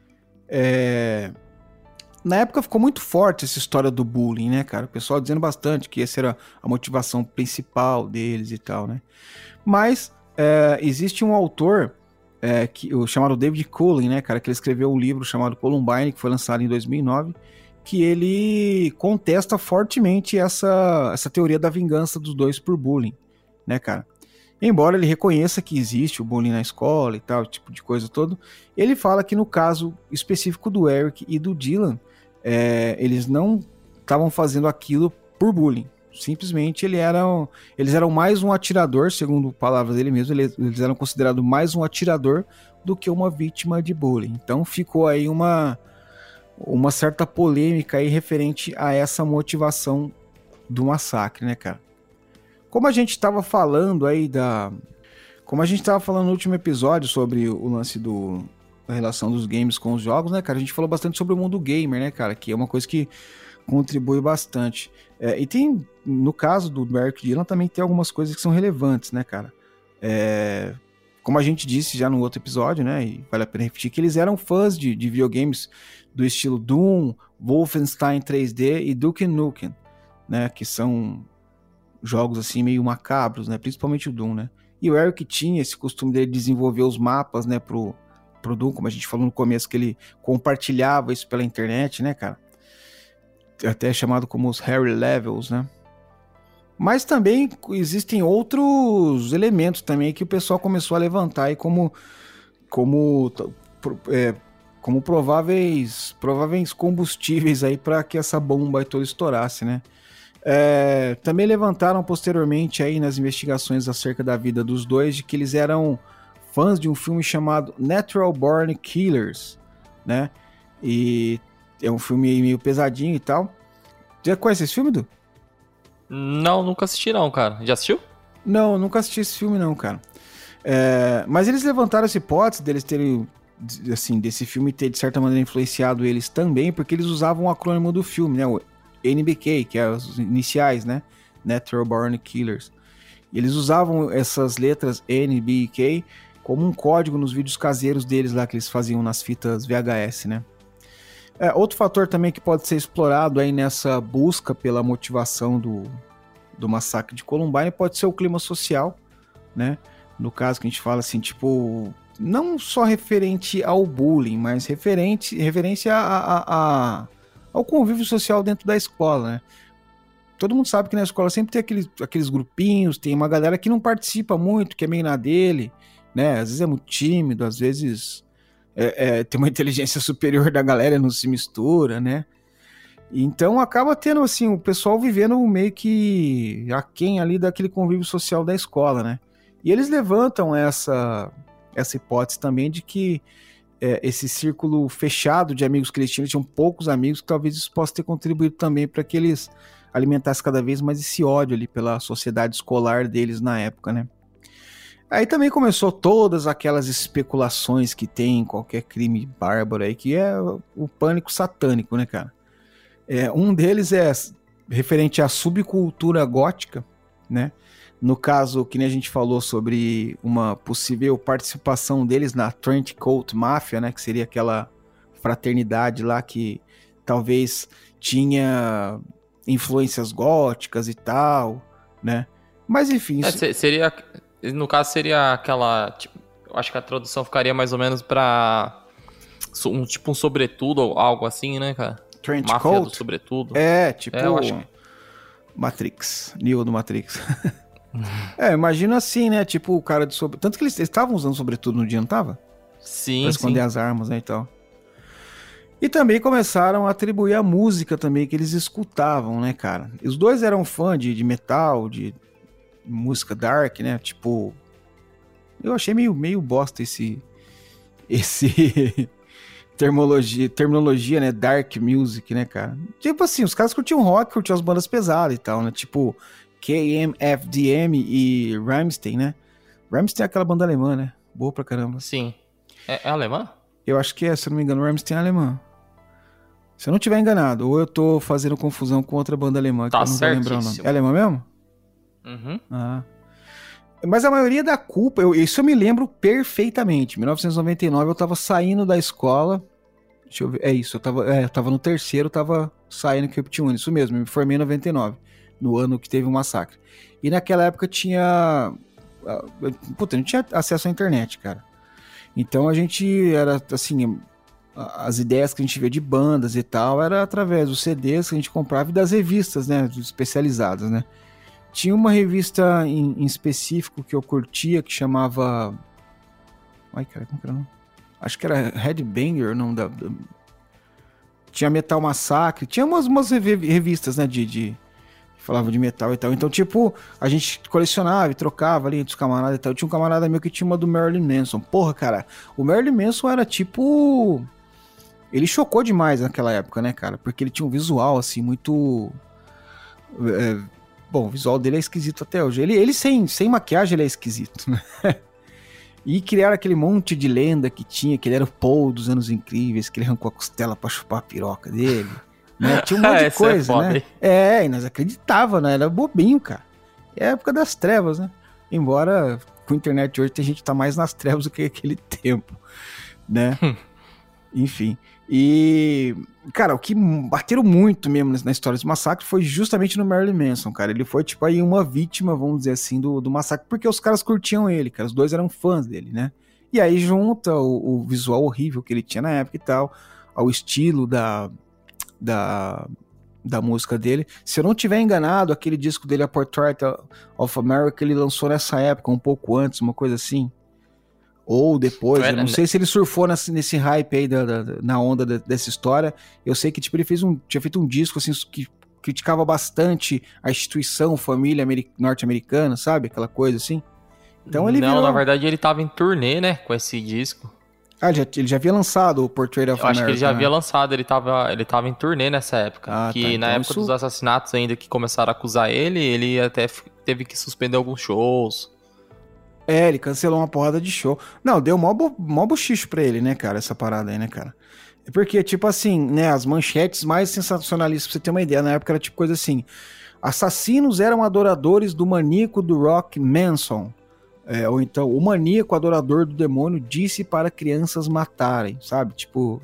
É... Na época ficou muito forte essa história do bullying, né, cara? O pessoal dizendo bastante que essa era a motivação principal deles e tal, né? Mas é, existe um autor é, que, o chamado David Cullen, né, cara? Que ele escreveu um livro chamado Columbine, que foi lançado em dois mil e nove, que ele contesta fortemente essa, essa teoria da vingança dos dois por bullying, né, cara? Embora ele reconheça que existe o bullying na escola e tal, tipo de coisa toda, ele fala que no caso específico do Eric e do Dylan, é, eles não estavam fazendo aquilo por bullying. Simplesmente ele eram, eles eram mais um atirador, segundo palavras dele mesmo, eles, eles eram considerados mais um atirador do que uma vítima de bullying. Então ficou aí uma... uma certa polêmica aí referente a essa motivação do massacre, né, cara? Como a gente estava falando aí da... Como a gente estava falando no último episódio sobre o lance do... da relação dos games com os jogos, né, cara? A gente falou bastante sobre o mundo gamer, né, cara? Que é uma coisa que contribui bastante. É, e tem, no caso do Eric Dylan, também tem algumas coisas que são relevantes, né, cara? É... Como a gente disse já no outro episódio, né, e vale a pena repetir, que eles eram fãs de, de videogames do estilo Doom, Wolfenstein três D e Duke Nukem, né, que são jogos assim meio macabros, né? Principalmente o Doom, né? E o Eric tinha esse costume dele de desenvolver os mapas, né, pro, pro Doom, como a gente falou no começo, que ele compartilhava isso pela internet, né, cara? Até chamado como os Harry Levels, né? Mas também existem outros elementos também que o pessoal começou a levantar aí como, como, é, como prováveis, prováveis combustíveis aí para que essa bomba aí toda estourasse, né? É, também levantaram posteriormente aí nas investigações acerca da vida dos dois de que eles eram fãs de um filme chamado Natural Born Killers, né? E é um filme meio pesadinho e tal. Já conhece esse filme, Du? Não, nunca assisti não, cara. Já assistiu? Não, nunca assisti esse filme não, cara. É, mas eles levantaram essa hipótese deles terem, assim, desse filme ter de certa maneira influenciado eles também, porque eles usavam o acrônimo do filme, né? O N B K, que é os iniciais, né? Natural Born Killers. E eles usavam essas letras N B K como um código nos vídeos caseiros deles lá que eles faziam nas fitas V H S, né? É, outro fator também que pode ser explorado aí nessa busca pela motivação do, do massacre de Columbine pode ser o clima social, né? No caso que a gente fala assim, tipo, não só referente ao bullying, mas referente, referência a, a, a, ao convívio social dentro da escola, né? Todo mundo sabe que na escola sempre tem aqueles, aqueles grupinhos, tem uma galera que não participa muito, que é meio na dele, né? Às vezes é muito tímido, às vezes é, é, tem uma inteligência superior da galera, não se mistura, né? Então acaba tendo assim, o pessoal vivendo meio que aquém ali daquele convívio social da escola, né? E eles levantam essa, essa hipótese também de que é, esse círculo fechado de amigos que eles tinham, eles tinham poucos amigos, que talvez isso possa ter contribuído também para que eles alimentassem cada vez mais esse ódio ali pela sociedade escolar deles na época, né? Aí também começou todas aquelas especulações que tem em qualquer crime bárbaro aí, que é o pânico satânico, né, cara? É, um deles é referente à subcultura gótica, né? No caso, que nem a gente falou sobre uma possível participação deles na Trench Coat Mafia, né? Que seria aquela fraternidade lá que talvez tinha influências góticas e tal, né? Mas enfim... Isso... É, seria... No caso, seria aquela... Tipo, eu acho que a tradução ficaria mais ou menos pra... Um, tipo um sobretudo ou algo assim, né, cara? Trench Máfia Coat? do sobretudo. É, tipo... É, eu acho que... Matrix. Neo do Matrix. É, imagina assim, né? Tipo o cara de sobre... Tanto que eles estavam usando sobretudo no dia, não tava? Sim, pra esconder sim. as armas, né, e tal. E também começaram a atribuir a música também que eles escutavam, né, cara? Os dois eram fã de, de metal, de música dark, né? Tipo... Eu achei meio, meio bosta esse... Esse... terminologia, terminologia, né? Dark music, né, cara? Tipo assim, os caras curtiam rock, curtiam as bandas pesadas e tal, né? Tipo K M F D M e Rammstein, né? Rammstein é aquela banda alemã, né? Boa pra caramba. Sim. É, é alemã? Eu acho que é, se eu não me engano, Rammstein é alemã. Se eu não tiver enganado, ou eu tô fazendo confusão com outra banda alemã, que tá eu não vou lembrar o nome. É alemã mesmo? Uhum. Ah. Mas a maioria da culpa, eu, isso eu me lembro perfeitamente. Em mil novecentos e noventa e nove eu tava saindo da escola. Deixa eu ver. É isso, eu tava, é, eu tava no terceiro, eu tava saindo que eu tinha um, isso mesmo, eu me formei em noventa e nove, no ano que teve o massacre. E naquela época tinha... Puta, não tinha acesso à internet, cara. Então a gente era, assim, as ideias que a gente via de bandas e tal, era através dos C Ds que a gente comprava e das revistas, né, especializadas, né. Tinha uma revista em, em específico que eu curtia, que chamava... Ai, cara, como que era o nome? Acho que era Headbanger, não da... Tinha Metal Massacre, tinha umas, umas revistas, né, de, de... que falavam de metal e tal. Então, tipo, a gente colecionava e trocava ali entre os camaradas e tal. Tinha um camarada meu que tinha uma do Marilyn Manson. Porra, cara, o Marilyn Manson era tipo... Ele chocou demais naquela época, né, cara? Porque ele tinha um visual, assim, muito... É... Bom, o visual dele é esquisito até hoje. Ele, ele sem, sem maquiagem, ele é esquisito, né? E criaram aquele monte de lenda que tinha, que ele era o Paul dos Anos Incríveis, que ele arrancou a costela pra chupar a piroca dele, né? Tinha um monte de coisa, é né? É, e nós acreditávamos, né? Era bobinho, cara. É a época das trevas, né? Embora com a internet hoje tem gente que tá mais nas trevas do que aquele tempo, né? Enfim. E, cara, o que bateram muito mesmo na história desse massacre foi justamente no Marilyn Manson, cara. Ele foi, tipo, aí uma vítima, vamos dizer assim, do, do massacre, porque os caras curtiam ele, cara. Os dois eram fãs dele, né? E aí junta o, o visual horrível que ele tinha na época e tal, ao estilo da, da, da música dele. Se eu não tiver enganado, aquele disco dele, A Portrait of America, ele lançou nessa época, um pouco antes, uma coisa assim. Ou depois, eu não sei se ele surfou nesse, nesse hype aí, da, da, na onda da, dessa história. Eu sei que tipo, ele fez um, tinha feito um disco assim, que criticava bastante a instituição, família norte-americana, sabe? Aquela coisa assim. Então ele Não, virou... na verdade ele tava em turnê, né, com esse disco. Ah, ele já, ele já havia lançado o Portrait of Eu America. acho que ele já né? havia lançado, ele tava, ele tava em turnê nessa época. Ah, que tá, na então época isso... dos assassinatos ainda que começaram a acusar ele, ele até teve que suspender alguns shows. É, ele cancelou uma porrada de show. Não, deu mó, bo, mó bochicho pra ele, né, cara, essa parada aí, né, cara? É porque, tipo assim, né, as manchetes mais sensacionalistas, pra você ter uma ideia, na época era tipo coisa assim, assassinos eram adoradores do maníaco do Rock Manson. É, ou então, o maníaco adorador do demônio disse para crianças matarem, sabe? Tipo...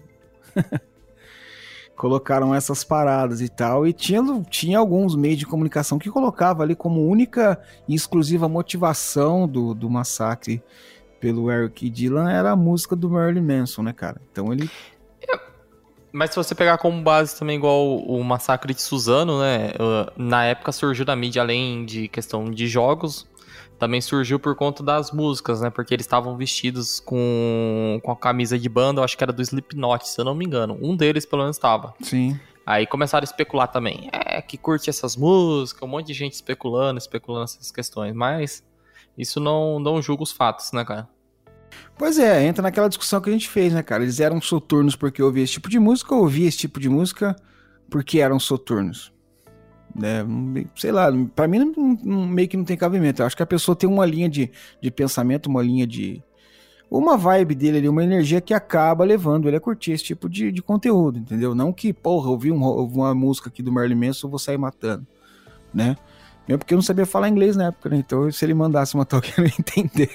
colocaram essas paradas e tal, e tinha, tinha alguns meios de comunicação que colocava ali como única e exclusiva motivação do, do massacre pelo Eric Dillon era a música do Marilyn Manson, né, cara? Então ele... É, mas se você pegar como base também igual o, o massacre de Suzano, né, na época surgiu na mídia, além de questão de jogos, também surgiu por conta das músicas, né? Porque eles estavam vestidos com, com a camisa de banda, eu acho que era do Slipknot, se eu não me engano. Um deles, pelo menos, estava. Sim. Aí começaram a especular também. É, que curte essas músicas, um monte de gente especulando, especulando essas questões. Mas isso não, não julga os fatos, né, cara? Pois é, entra naquela discussão que a gente fez, né, cara? Eles eram soturnos porque ouvia esse tipo de música, ou ouvia esse tipo de música porque eram soturnos? É, sei lá, pra mim não, não, meio que não tem cabimento. Eu acho que a pessoa tem uma linha de, de pensamento, uma linha de... uma vibe dele ali, uma energia que acaba levando ele a curtir esse tipo de, de conteúdo, entendeu? Não que, porra, eu ouvi um, uma música aqui do Marilyn Manson, eu vou sair matando, né? Mesmo porque eu não sabia falar inglês na época, né? Então se ele mandasse matar alguém, eu ia entender.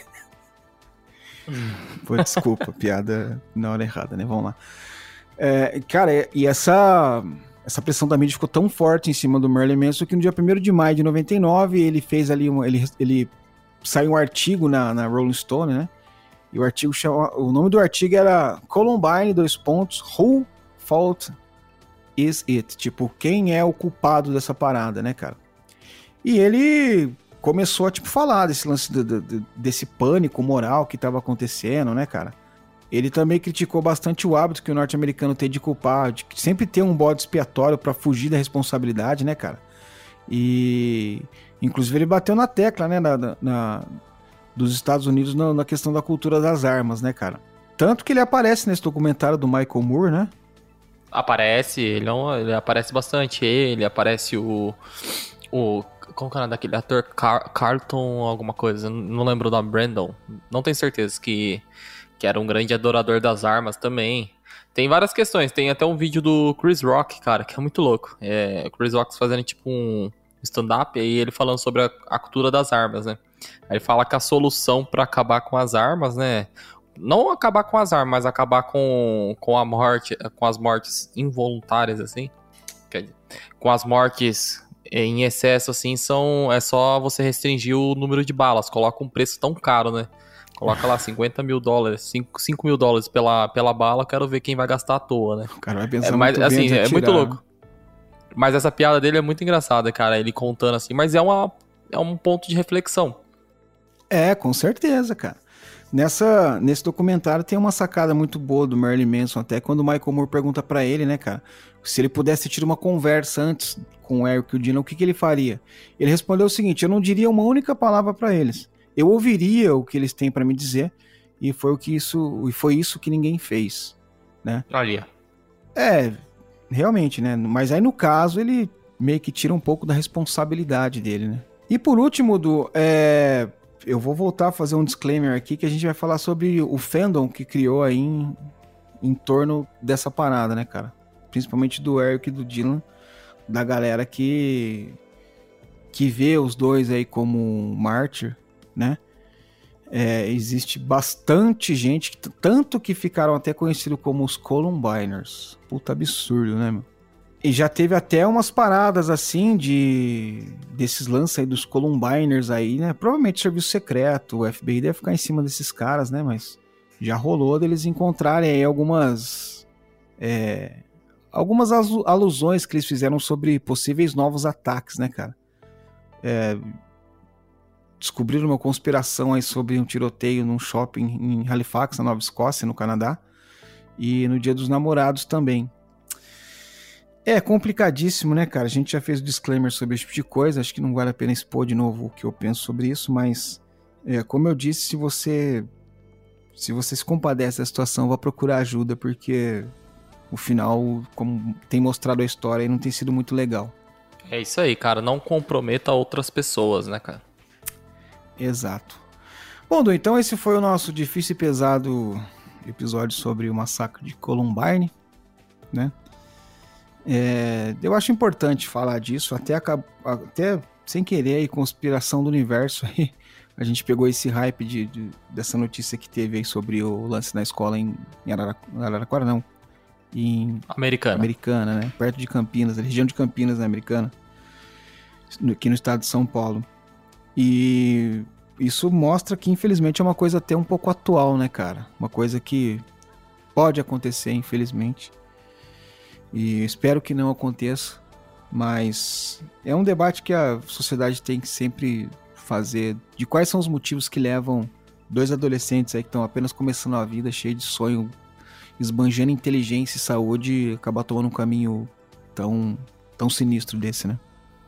Pô, desculpa, piada na hora errada, né? Vamos lá. É, cara, e essa... essa pressão da mídia ficou tão forte em cima do Marilyn Manson que no dia primeiro de maio de noventa e nove ele fez ali, uma, ele, ele saiu um artigo na, na Rolling Stone, né? E o artigo chama, o nome do artigo era Columbine, dois pontos, Who Fault Is It? Tipo, quem é o culpado dessa parada, né, cara? E ele começou a, tipo, falar desse lance, do, do, desse pânico moral que tava acontecendo, né, cara? Ele também criticou bastante o hábito que o norte-americano tem de culpar, de sempre ter um bode expiatório pra fugir da responsabilidade, né, cara? E, inclusive, ele bateu na tecla, né, na, na, dos Estados Unidos na, na questão da cultura das armas, né, cara? Tanto que ele aparece nesse documentário do Michael Moore, né? Aparece, ele, não, ele aparece bastante, ele, aparece o... o como que é o nome daquele ator? Car- Carlton alguma coisa, não lembro o nome, Brandon. Não tenho certeza que... que era um grande adorador das armas também. Tem várias questões, tem até um vídeo do Chris Rock, cara, que é muito louco. É, o Chris Rock fazendo tipo um stand-up, e ele falando sobre a, a cultura das armas, né? Aí ele fala que a solução pra acabar com as armas, né? Não acabar com as armas, mas acabar com, com a morte, com as mortes involuntárias, assim. Quer dizer, com as mortes em excesso, assim, são, é só você restringir o número de balas. Coloca um preço tão caro, né? Coloca lá cinquenta mil dólares, cinco mil dólares pela, pela bala, quero ver quem vai gastar à toa, né? O cara vai pensar é, mas, muito assim, bem de é atirar. muito louco. Mas essa piada dele é muito engraçada, cara, ele contando assim, mas é, uma, é um ponto de reflexão. É, com certeza, cara. Nessa, nesse documentário tem uma sacada muito boa do Marilyn Manson, até quando o Michael Moore pergunta pra ele, né, cara, se ele pudesse ter uma conversa antes com o Eric e o Dillon, o que, que ele faria? Ele respondeu o seguinte: eu não diria uma única palavra pra eles. Eu ouviria o que eles têm pra me dizer, e foi o que isso, e foi isso que ninguém fez, né? Olha. É, realmente, né? Mas aí no caso ele meio que tira um pouco da responsabilidade dele, né? E por último, do, é, eu vou voltar a fazer um disclaimer aqui que a gente vai falar sobre o fandom que criou aí em, em torno dessa parada, né, cara? Principalmente do Eric e do Dillon, da galera que que vê os dois aí como um mártir, né? É, existe bastante gente, que, tanto que ficaram até conhecidos como os Columbiners. Puta absurdo, né, meu? E já teve até umas paradas assim de desses lances aí dos Columbiners aí, né? Provavelmente serviço secreto, o F B I deve ficar em cima desses caras, né? Mas já rolou deles encontrarem aí algumas é, algumas alusões que eles fizeram sobre possíveis novos ataques, né, cara? É, descobriram uma conspiração aí sobre um tiroteio num shopping em Halifax, na Nova Escócia, no Canadá, e no Dia dos Namorados também. É complicadíssimo, né, cara? A gente já fez o disclaimer sobre esse tipo de coisa, acho que não vale a pena expor de novo o que eu penso sobre isso, mas, é, como eu disse, se você se você se compadece da situação, vá procurar ajuda, porque o final, como tem mostrado a história, não tem sido muito legal. É isso aí, cara. Não comprometa outras pessoas, né, cara? Exato. Bom, Du, então esse foi o nosso difícil e pesado episódio sobre o massacre de Columbine, né? É, eu acho importante falar disso, até, até sem querer, aí, conspiração do universo, aí, a gente pegou esse hype de, de, dessa notícia que teve aí sobre o lance na escola em, em Araraquara, não, em Americana. Americana, né? Perto de Campinas, a região de Campinas, né? Americana, aqui no estado de São Paulo. E isso mostra que, infelizmente, é uma coisa até um pouco atual, né, cara? Uma coisa que pode acontecer, infelizmente. E espero que não aconteça, mas é um debate que a sociedade tem que sempre fazer, de quais são os motivos que levam dois adolescentes aí que estão apenas começando a vida, cheio de sonho, esbanjando inteligência e saúde, acabar tomando um caminho tão, tão sinistro desse, né?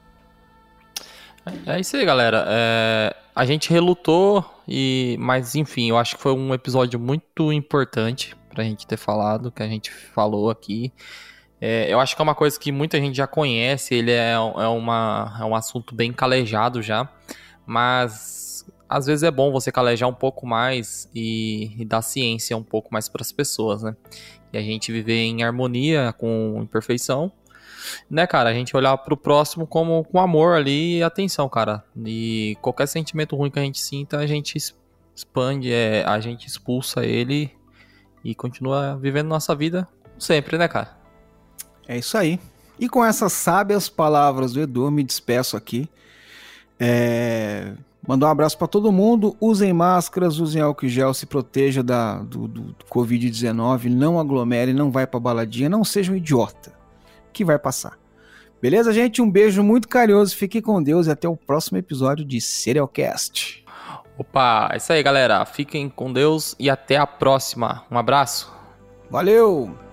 É isso aí, galera. É, a gente relutou, e, mas enfim, eu acho que foi um episódio muito importante pra gente ter falado, que a gente falou aqui. É, eu acho que é uma coisa que muita gente já conhece, ele é, é, uma, é um assunto bem calejado já, mas às vezes é bom você calejar um pouco mais e, e dar ciência um pouco mais para as pessoas, né? E a gente viver em harmonia com imperfeição, né, cara? A gente olhar pro próximo como com amor ali e atenção, cara. E qualquer sentimento ruim que a gente sinta, a gente expande, é, a gente expulsa ele e continua vivendo nossa vida sempre, né, cara? É isso aí. E com essas sábias palavras do Edu, me despeço aqui. É... Mandar um abraço para todo mundo. Usem máscaras, usem álcool gel, se proteja da, do, do covid dezenove. Não aglomere, não vai pra baladinha. Não seja um idiota, que vai passar. Beleza, gente? Um beijo muito carinhoso. Fique com Deus e até o próximo episódio de Serialcast. Opa, é isso aí, galera. Fiquem com Deus e até a próxima. Um abraço. Valeu!